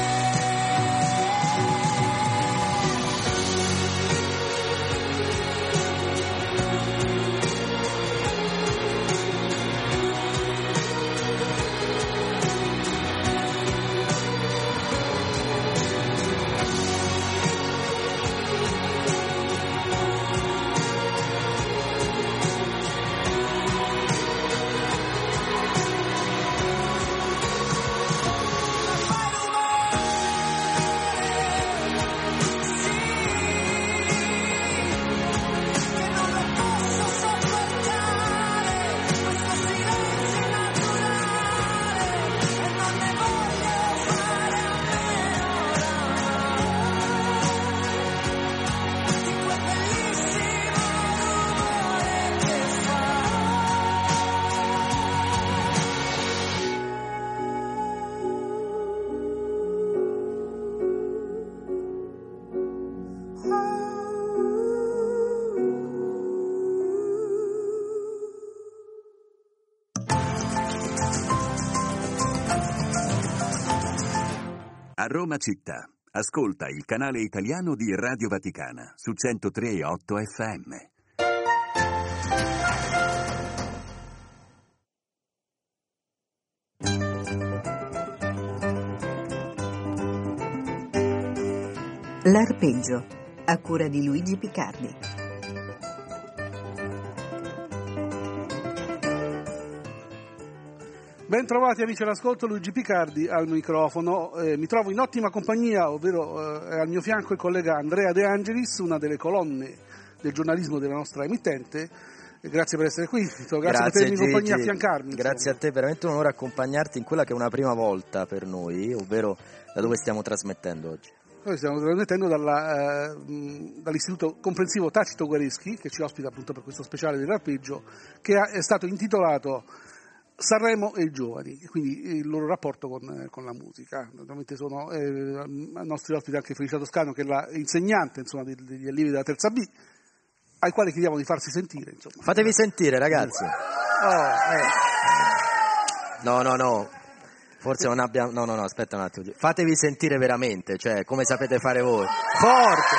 A Roma città, ascolta il canale italiano di Radio Vaticana su 103.8 FM. L'arpeggio, a cura di Luigi Picardi. Ben trovati amici all'ascolto, Luigi Picardi al microfono. Mi trovo in ottima compagnia, ovvero è al mio fianco il collega Andrea De Angelis, una delle colonne del giornalismo della nostra emittente. Grazie per essere qui, grazie per tenermi in compagnia, affiancarmi. Grazie a te, veramente un onore accompagnarti in quella che è una prima volta per noi, ovvero da dove stiamo trasmettendo oggi. Noi stiamo trasmettendo dall'Istituto Comprensivo Tacito Guareschi, che ci ospita appunto per questo speciale dell'arpeggio, che è stato intitolato Sanremo e i giovani, quindi il loro rapporto con la musica. Naturalmente sono nostri ospiti anche Felicia Toscano, che è la insegnante degli allievi della terza B, ai quali chiediamo di farsi sentire. Insomma. Fatevi sentire, ragazzi. No. Forse non abbiamo... No, aspetta un attimo. Fatevi sentire veramente, cioè, come sapete fare voi. Forte!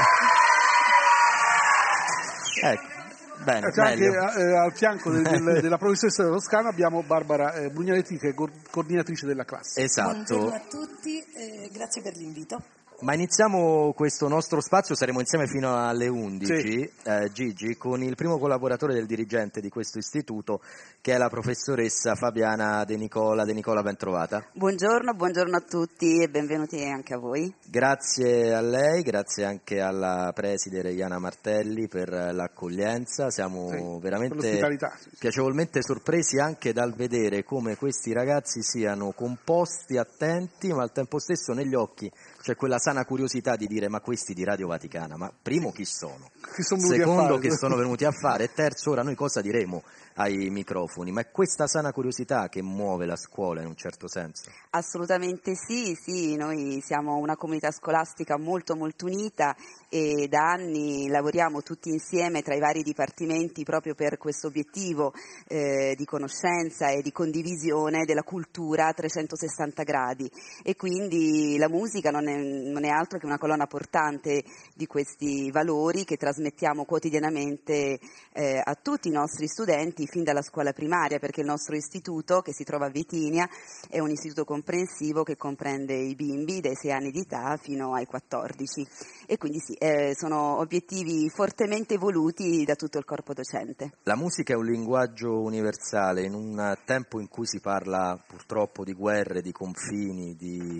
Ecco, bene, anche al fianco della professoressa Toscano abbiamo Barbara Brugnaletti, che è coordinatrice della classe. Esatto. Buongiorno a tutti, grazie per l'invito. Ma iniziamo questo nostro spazio, saremo insieme fino alle 11, sì. Gigi, con il primo collaboratore del dirigente di questo istituto, che è la professoressa Fabiana De Nicola. De Nicola, ben trovata. Buongiorno a tutti e benvenuti anche a voi. Grazie a lei, grazie anche alla preside Reiana Martelli per l'accoglienza. Siamo veramente piacevolmente sorpresi anche dal vedere come questi ragazzi siano composti, attenti, ma al tempo stesso negli occhi c'è quella sana curiosità di dire: ma questi di Radio Vaticana, ma primo chi sono? Secondo che sono venuti a fare? E terzo, ora noi cosa diremo ai microfoni? Ma è questa sana curiosità che muove la scuola in un certo senso? Assolutamente sì, noi siamo una comunità scolastica molto unita e da anni lavoriamo tutti insieme tra i vari dipartimenti proprio per questo obiettivo di conoscenza e di condivisione della cultura a 360 gradi, e quindi la musica non è altro che una colonna portante di questi valori che trasmettiamo quotidianamente a tutti i nostri studenti fin dalla scuola primaria, perché il nostro istituto, che si trova a Vitinia, è un istituto comprensivo che comprende i bimbi dai 6 anni di età fino ai 14, e quindi sì, sono obiettivi fortemente voluti da tutto il corpo docente. La musica è un linguaggio universale in un tempo in cui si parla purtroppo di guerre, di confini,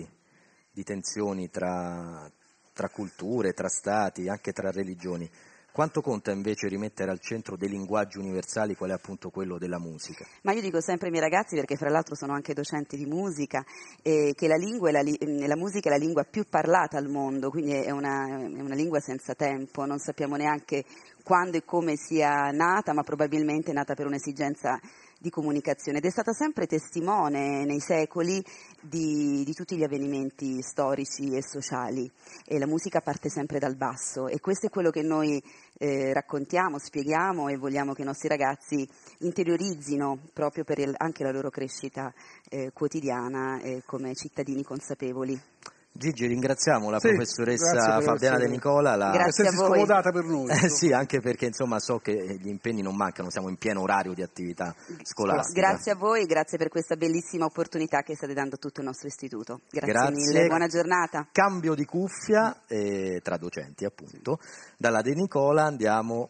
di tensioni tra culture, tra stati, anche tra religioni. Quanto conta invece rimettere al centro dei linguaggi universali, qual è appunto quello della musica? Ma io dico sempre ai miei ragazzi, perché fra l'altro sono anche docenti di musica, che la musica è la lingua più parlata al mondo, quindi è una lingua senza tempo, non sappiamo neanche quando e come sia nata, ma probabilmente è nata per un'esigenza di comunicazione ed è stata sempre testimone nei secoli di tutti gli avvenimenti storici e sociali, e la musica parte sempre dal basso, e questo è quello che noi raccontiamo, spieghiamo e vogliamo che i nostri ragazzi interiorizzino proprio per anche la loro crescita quotidiana come cittadini consapevoli. Gigi, ringraziamo la professoressa Fabiana De Nicola. Grazie a voi. Scomodata per noi. Sì, anche perché insomma so che gli impegni non mancano, siamo in pieno orario di attività scolastica. Grazie a voi, grazie per questa bellissima opportunità che state dando a tutto il nostro istituto. Grazie mille, buona giornata. Cambio di cuffia tra docenti appunto. Dalla De Nicola andiamo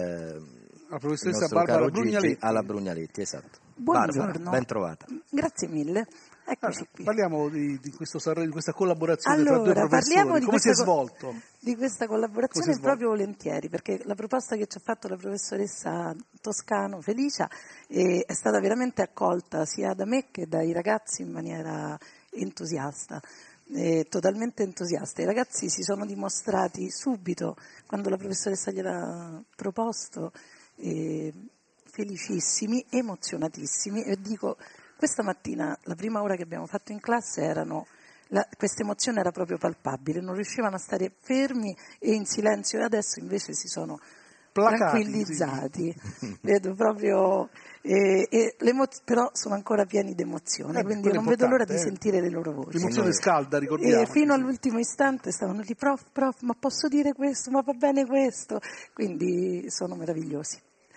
la professoressa Barbara Brugnaletti. Alla Brugnaletti, esatto. Buongiorno. Barbara, ben trovata. Grazie mille. Eccoci qui. Parliamo di questa collaborazione tra due professori. Come si è svolto? Di questa collaborazione proprio volentieri, perché la proposta che ci ha fatto la professoressa Toscano, Felicia, è stata veramente accolta sia da me che dai ragazzi in maniera entusiasta. Totalmente entusiasta. I ragazzi si sono dimostrati subito, quando la professoressa gliel'ha proposto, felicissimi, emozionatissimi, e dico, questa mattina, la prima ora che abbiamo fatto in classe, questa emozione era proprio palpabile, non riuscivano a stare fermi e in silenzio, e adesso invece si sono tranquillizzati, sì. Vedo proprio, però sono ancora pieni di emozione, quindi non vedo l'ora di sentire le loro voci. L'emozione scalda, ricordiamo. Fino all'ultimo istante stavano lì, prof, ma posso dire questo, ma va bene questo, quindi sono meravigliosi.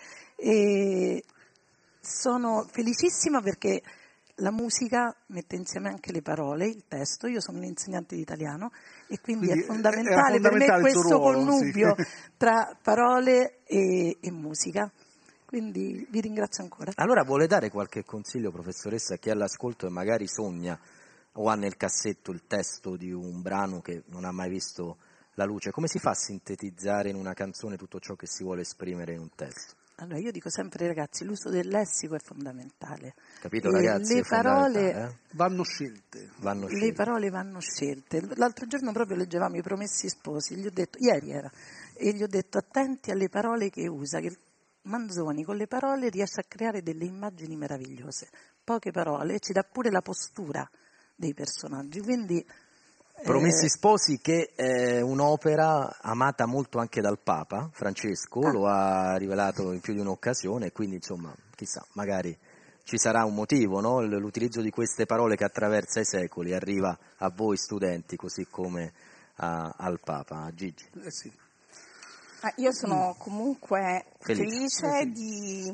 E sono felicissima perché la musica mette insieme anche le parole, il testo. Io sono un'insegnante di italiano e quindi è fondamentale per me questo connubio tra parole e musica. Quindi vi ringrazio ancora. Allora vuole dare qualche consiglio, professoressa, a chi è all'ascolto e magari sogna o ha nel cassetto il testo di un brano che non ha mai visto la luce? Come si fa a sintetizzare in una canzone tutto ciò che si vuole esprimere in un testo? Allora, io dico sempre ai ragazzi, l'uso del lessico è fondamentale. Capito, ragazzi? Le parole vanno scelte. Le parole vanno scelte. L'altro giorno proprio leggevamo I Promessi Sposi, ieri era, e gli ho detto attenti alle parole che usa, che Manzoni con le parole riesce a creare delle immagini meravigliose. Poche parole, ci dà pure la postura dei personaggi, quindi... Promessi Sposi, che è un'opera amata molto anche dal Papa Francesco, lo ha rivelato in più di un'occasione, quindi insomma, chissà, magari ci sarà un motivo, no? L'utilizzo di queste parole che attraversa i secoli arriva a voi studenti così come al Papa. Gigi. Sì. Io sono comunque felice di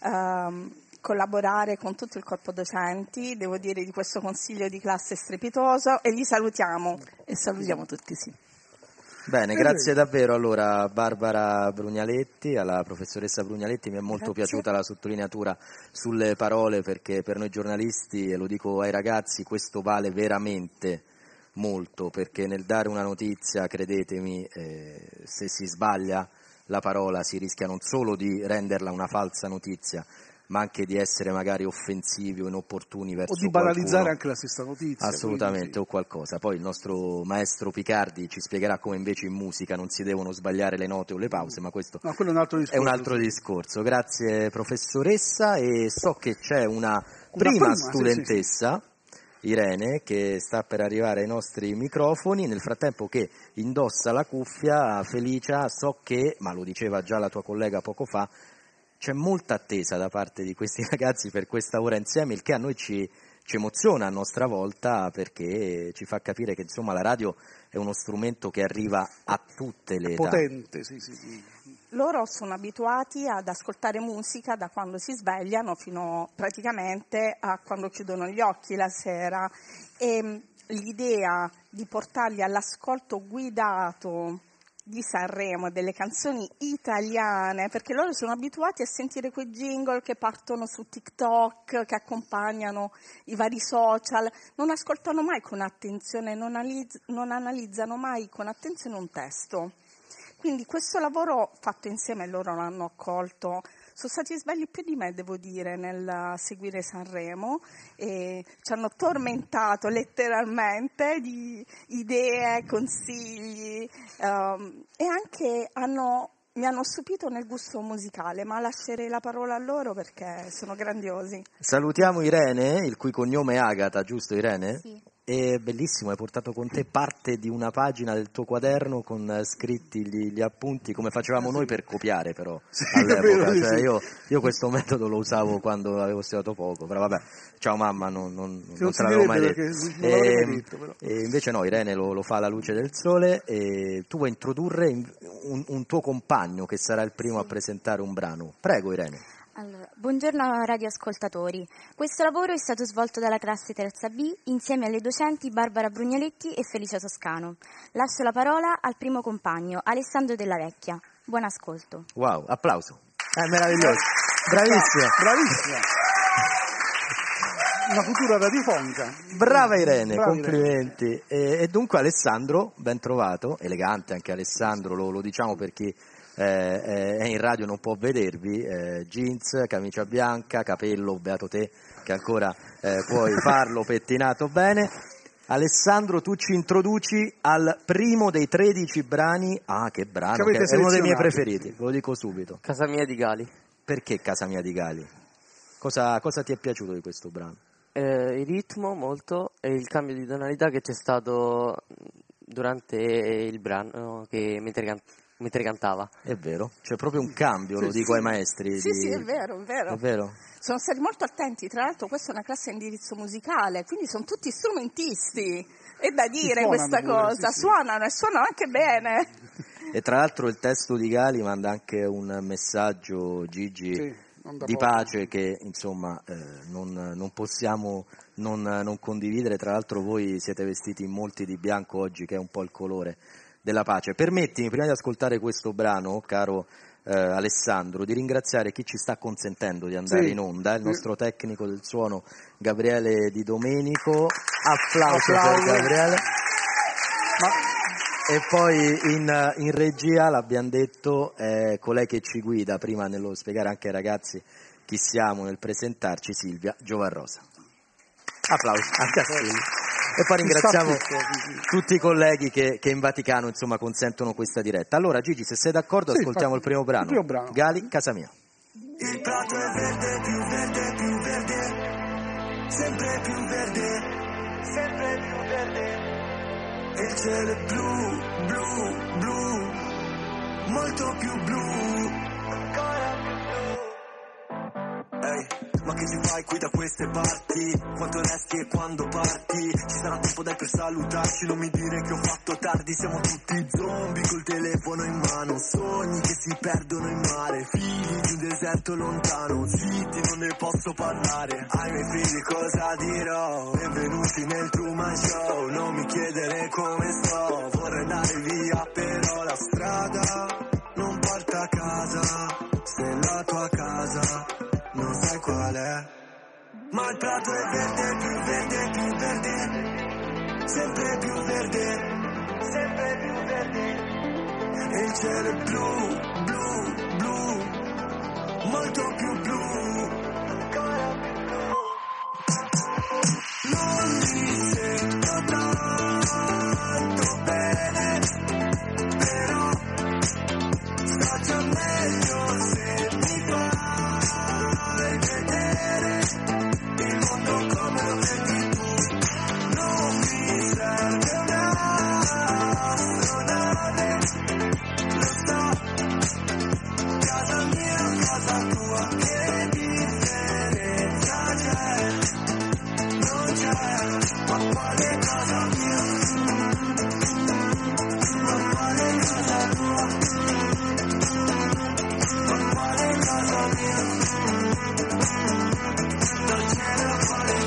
collaborare con tutto il corpo docenti, devo dire, di questo consiglio di classe strepitoso, e li salutiamo. E salutiamo tutti, sì. Bene, grazie davvero allora Barbara Brugnaletti, alla professoressa Brugnaletti. Mi è molto piaciuta la sottolineatura sulle parole, perché per noi giornalisti, e lo dico ai ragazzi, questo vale veramente molto, perché nel dare una notizia, credetemi, se si sbaglia la parola si rischia non solo di renderla una falsa notizia, ma anche di essere magari offensivi o inopportuni verso qualcuno. O di banalizzare anche la stessa notizia. Assolutamente, o qualcosa. Poi il nostro maestro Picardi ci spiegherà come invece in musica non si devono sbagliare le note o le pause, ma questo quello è un altro discorso. Grazie professoressa, e so che c'è una prima studentessa, Irene, che sta per arrivare ai nostri microfoni. Nel frattempo che indossa la cuffia, Felicia, so che, ma lo diceva già la tua collega poco fa, c'è molta attesa da parte di questi ragazzi per questa ora insieme, il che a noi ci emoziona a nostra volta, perché ci fa capire che insomma la radio è uno strumento che arriva a tutte le età. Potente, sì. Loro sono abituati ad ascoltare musica da quando si svegliano fino praticamente a quando chiudono gli occhi la sera, e l'idea di portarli all'ascolto guidato di Sanremo, delle canzoni italiane, perché loro sono abituati a sentire quei jingle che partono su TikTok, che accompagnano i vari social, non ascoltano mai con attenzione, non analizzano mai con attenzione un testo. Quindi questo lavoro fatto insieme, loro l'hanno accolto, sono stati svegli più di me, devo dire, nel seguire Sanremo, e ci hanno tormentato letteralmente di idee, consigli, e anche mi hanno stupito nel gusto musicale, ma lascerei la parola a loro perché sono grandiosi. Salutiamo Irene, il cui cognome è Agata, giusto Irene? Sì. È bellissimo, hai portato con te parte di una pagina del tuo quaderno con scritti gli appunti, come facevamo noi per copiare però all'epoca. Cioè, io questo metodo lo usavo quando avevo studiato poco, però vabbè, ciao mamma, non te l'avevo mai detto. E invece no, Irene lo fa alla luce del sole, e tu vuoi introdurre un tuo compagno che sarà il primo a presentare un brano. Prego Irene. Allora, buongiorno radioascoltatori. Questo lavoro è stato svolto dalla classe terza B insieme alle docenti Barbara Brugnaletti e Felicia Toscano. Lascio la parola al primo compagno, Alessandro Della Vecchia. Buon ascolto. Wow, applauso. È meraviglioso. Bravissima. Una futura radiofonica. Brava Irene, complimenti. E dunque Alessandro, ben trovato, elegante anche Alessandro, lo diciamo per chi è in radio, non può vedervi, jeans, camicia bianca, capello, beato te che ancora puoi farlo pettinato bene. Alessandro, tu ci introduci al primo dei 13 brani. Che brano, che è uno dei miei preferiti, ve lo dico subito. Casa mia di Gali. Perché Casa mia di Gali? Cosa ti è piaciuto di questo brano? Il ritmo molto, e il cambio di tonalità che c'è stato durante il brano, che mentre cantava. È vero, c'è proprio un cambio, lo dico ai maestri. Sì, è vero. È vero. Sono stati molto attenti, tra l'altro questa è una classe a indirizzo musicale, quindi sono tutti strumentisti, è da dire questa cosa, suonano e suonano anche bene. E tra l'altro il testo di Gali manda anche un messaggio, Gigi, di pace, che insomma non possiamo non condividere. Tra l'altro voi siete vestiti in molti di bianco oggi, che è un po' il colore della pace. Permettimi, prima di ascoltare questo brano, caro Alessandro, di ringraziare chi ci sta consentendo di andare in onda, il nostro tecnico del suono Gabriele Di Domenico, applauso per Gabriele. E poi in regia, l'abbiamo detto, colei che ci guida, prima nello spiegare anche ai ragazzi chi siamo, nel presentarci, Silvia Giovarrosa. Applausi anche a Silvia. E poi ringraziamo tutti i colleghi che in Vaticano, insomma, consentono questa diretta. Allora Gigi, se sei d'accordo, ascoltiamo il primo brano. Gali, Casa Mia. Il prato è verde, più verde, più verde, sempre più verde, sempre più verde. E il cielo è blu, blu, blu, molto più blu, ancora più blu. Ehi, ma che ci fai qui da queste parti? Quanto resti e quando parti? Ci sarà tempo dai per salutarci, non mi dire che ho fatto tardi. Siamo tutti zombie col telefono in mano, sogni che si perdono in mare, figli di un deserto lontano, zitti non ne posso parlare. Ai miei figli cosa dirò? Benvenuti nel Truman Show, non mi chiedere come sto, vorrei andare via però la strada non porta a casa, se la tua casa non sai qual è. Ma il prato è verde, più verde, più verde, sempre più verde, sempre più verde. E il cielo è blu, blu, blu, molto più blu, ancora più blu. Non mi sento tanto bene, però sto già meglio se mi fai vedere il mondo come lo vedi tu. Non mi serve un'astronave, lo so, casa mia, casa tua, che differenza c'è? Non c'è, ma quale casa mia? Ma quale casa tua? Ma quale casa mia? Non c'è da fare.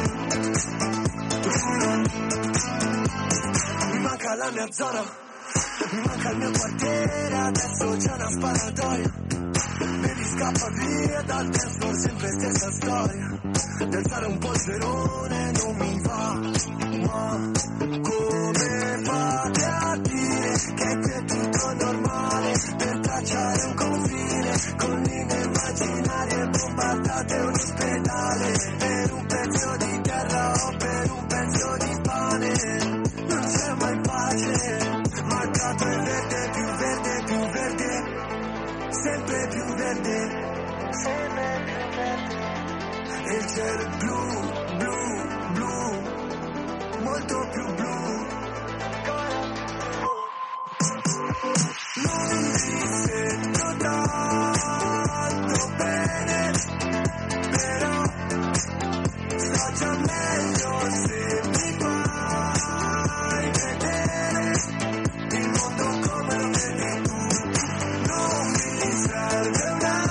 Mi manca la mia zona, mi manca il mio quartiere, adesso c'è una sparatoria. Baby scappa via dal dance floor, sempre stessa storia. Danzare un polverone non mi va, ma come fate a dire che qui è tutto normale? Per tracciare un confine con linee immaginarie, bombardate un ospedale per un pezzo di terra o per un pezzo di pane. Non c'è mai pace, ma il prato è verde, più verde, più verde, sempre più verde, sempre più verde. E il cielo è blu, blu, blu, molto più blu, ancora più blu. Non mi sento tanto bene, però sto già meglio se mi fai vedere il mondo come lo vedi tu. Non mi serve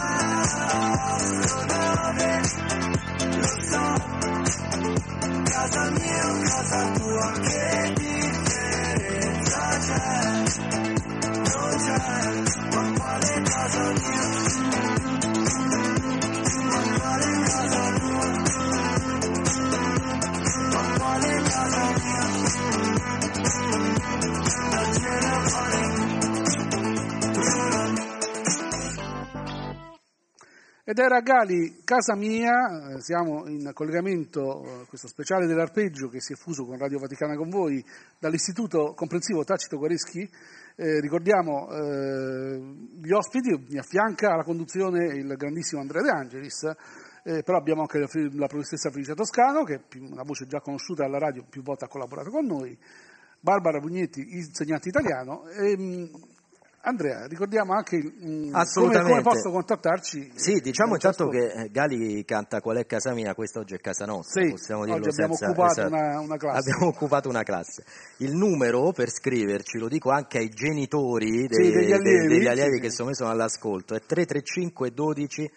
un'astronave, lo so, casa mia o casa tua, che differenza c'è? Non c'è, ma quale casa mia? Ma quale casa tua? Ma quale casa mia? Non ce la fare. Ed era Gali, Casa Mia. Siamo in collegamento, questo speciale dell'arpeggio che si è fuso con Radio Vaticana con voi dall'Istituto Comprensivo Tacito Guareschi. Ricordiamo gli ospiti, mi affianca alla conduzione il grandissimo Andrea De Angelis, però abbiamo anche la professoressa Felicia Toscano, che è una voce già conosciuta alla radio, più volte ha collaborato con noi, Barbara Bugnetti, insegnante italiano. Andrea, ricordiamo anche come posso contattarci. Sì, diciamo intanto che Gali canta Qual è casa mia, questa oggi è casa nostra, sì, possiamo dirlo. Oggi abbiamo occupato una classe. Abbiamo occupato una classe. Il numero per scriverci, lo dico anche ai genitori degli allievi che sono all'ascolto, è 335 12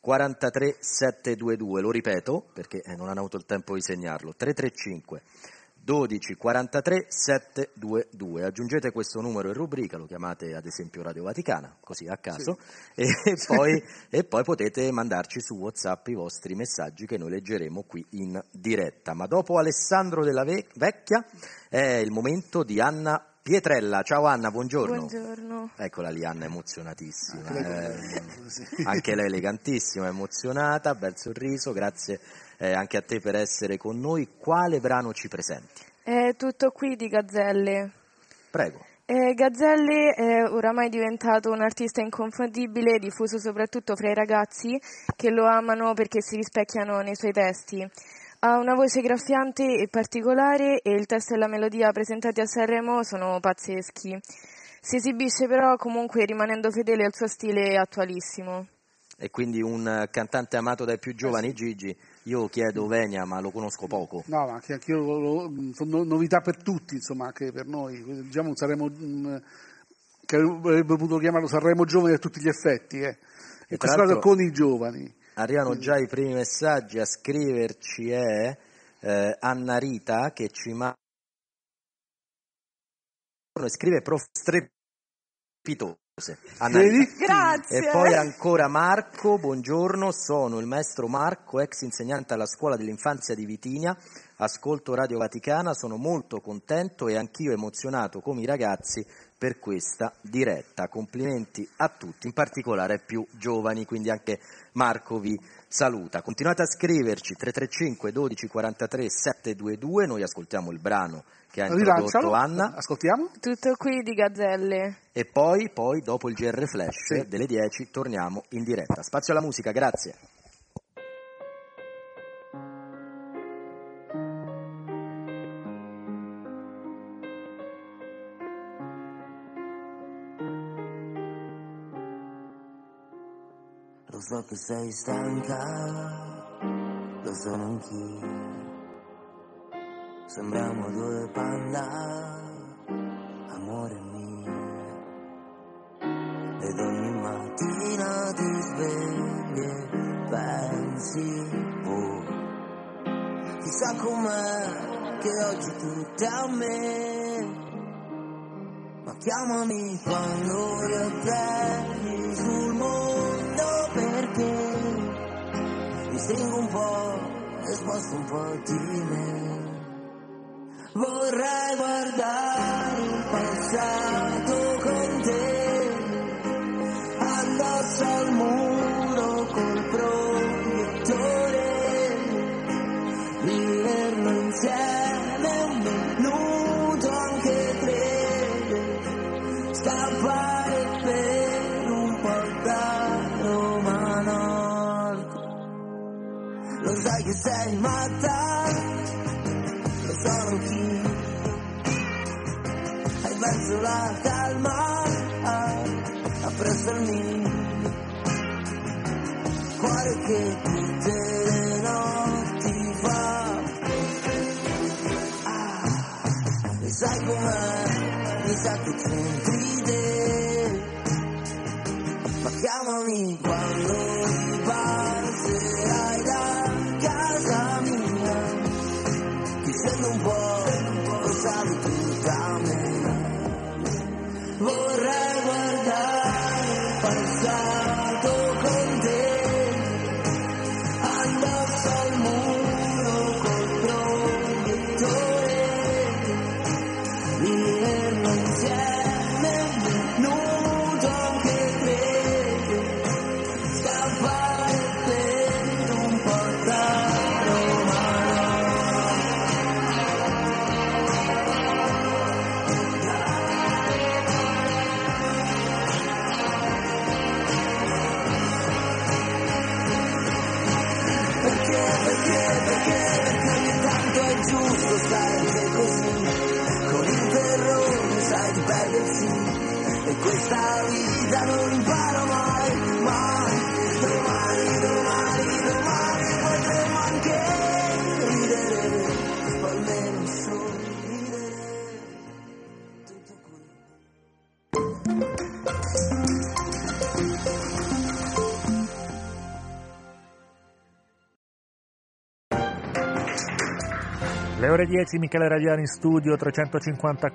43 722, lo ripeto perché non hanno avuto il tempo di segnarlo, 335 12 43 722. Aggiungete questo numero in rubrica, lo chiamate ad esempio Radio Vaticana, così a caso, sì. e poi potete mandarci su WhatsApp i vostri messaggi che noi leggeremo qui in diretta. Ma dopo Alessandro della Vecchia è il momento di Anna Pietrella. Ciao Anna, buongiorno. Buongiorno. Eccola lì, Anna emozionatissima, anche lei elegantissima, emozionata, bel sorriso, grazie anche a te per essere con noi. Quale brano ci presenti? È Tutto qui di Gazzelle. Prego. Gazzelle è oramai diventato un artista inconfondibile, diffuso soprattutto fra i ragazzi che lo amano perché si rispecchiano nei suoi testi. Ha una voce graffiante e particolare e il testo e la melodia presentati a Sanremo sono pazzeschi. Si esibisce però comunque rimanendo fedele al suo stile attualissimo. E quindi un cantante amato dai più giovani, Gigi. Io chiedo Venia, ma lo conosco poco. No, ma anche io sono novità per tutti, insomma, anche per noi. Diciamo Sanremo, che avrebbe potuto chiamarlo Sanremo giovani a tutti gli effetti, E questo caso con i giovani. Arrivano già i primi messaggi, a scriverci è Anna Rita che ci manda, scrive prof strepitose. Grazie. E poi ancora Marco, buongiorno, sono il maestro Marco, ex insegnante alla scuola dell'infanzia di Vitinia, ascolto Radio Vaticana, sono molto contento e anch'io emozionato come i ragazzi per questa diretta. Complimenti a tutti, in particolare ai più giovani, quindi anche Marco vi saluta. Continuate a scriverci 335 12 43 722, noi ascoltiamo il brano che ha introdotto Anna. Ascoltiamo. Tutto qui di Gazzelle. E poi dopo il GR Flash delle 10 torniamo in diretta. Spazio alla musica, grazie. Lo so che sei stanca, lo sono anch'io. Sembriamo due panda, amore mio. Ed ogni mattina ti svegli e pensi, oh, chissà com'è che oggi tutto è a me. Ma chiamami quando io termini sul mondo, perché mi stringo un po' e sposto un po' di me. Vorrei guardare il passato con te, addosso al muro col proiettore, viverlo insieme un minuto, anche tre, scappare per un po' da Roma Nord. Lo sai che sei matta, lo sono anch'io, hai perso la calma, appresso il mio cuore che tutte le notti fa. E sai com'è, mi sa che c'entri te, ma chiamami quando ripasserai da casa mia, ti scendo un po', lo sai tu da me. Vorrei guardare il passato con te, addosso al muro col proiettore, viverlo insieme un minuto, anche tre, scappare per un po' da Roma. Perché ogni tanto è giusto stare così, con il terrore sai di perdersi, e questa vita non imparo mai, domani potremo anche ridere, o almeno sorridere, tutto qui. Le ore 10, Michele Radiani in studio, 350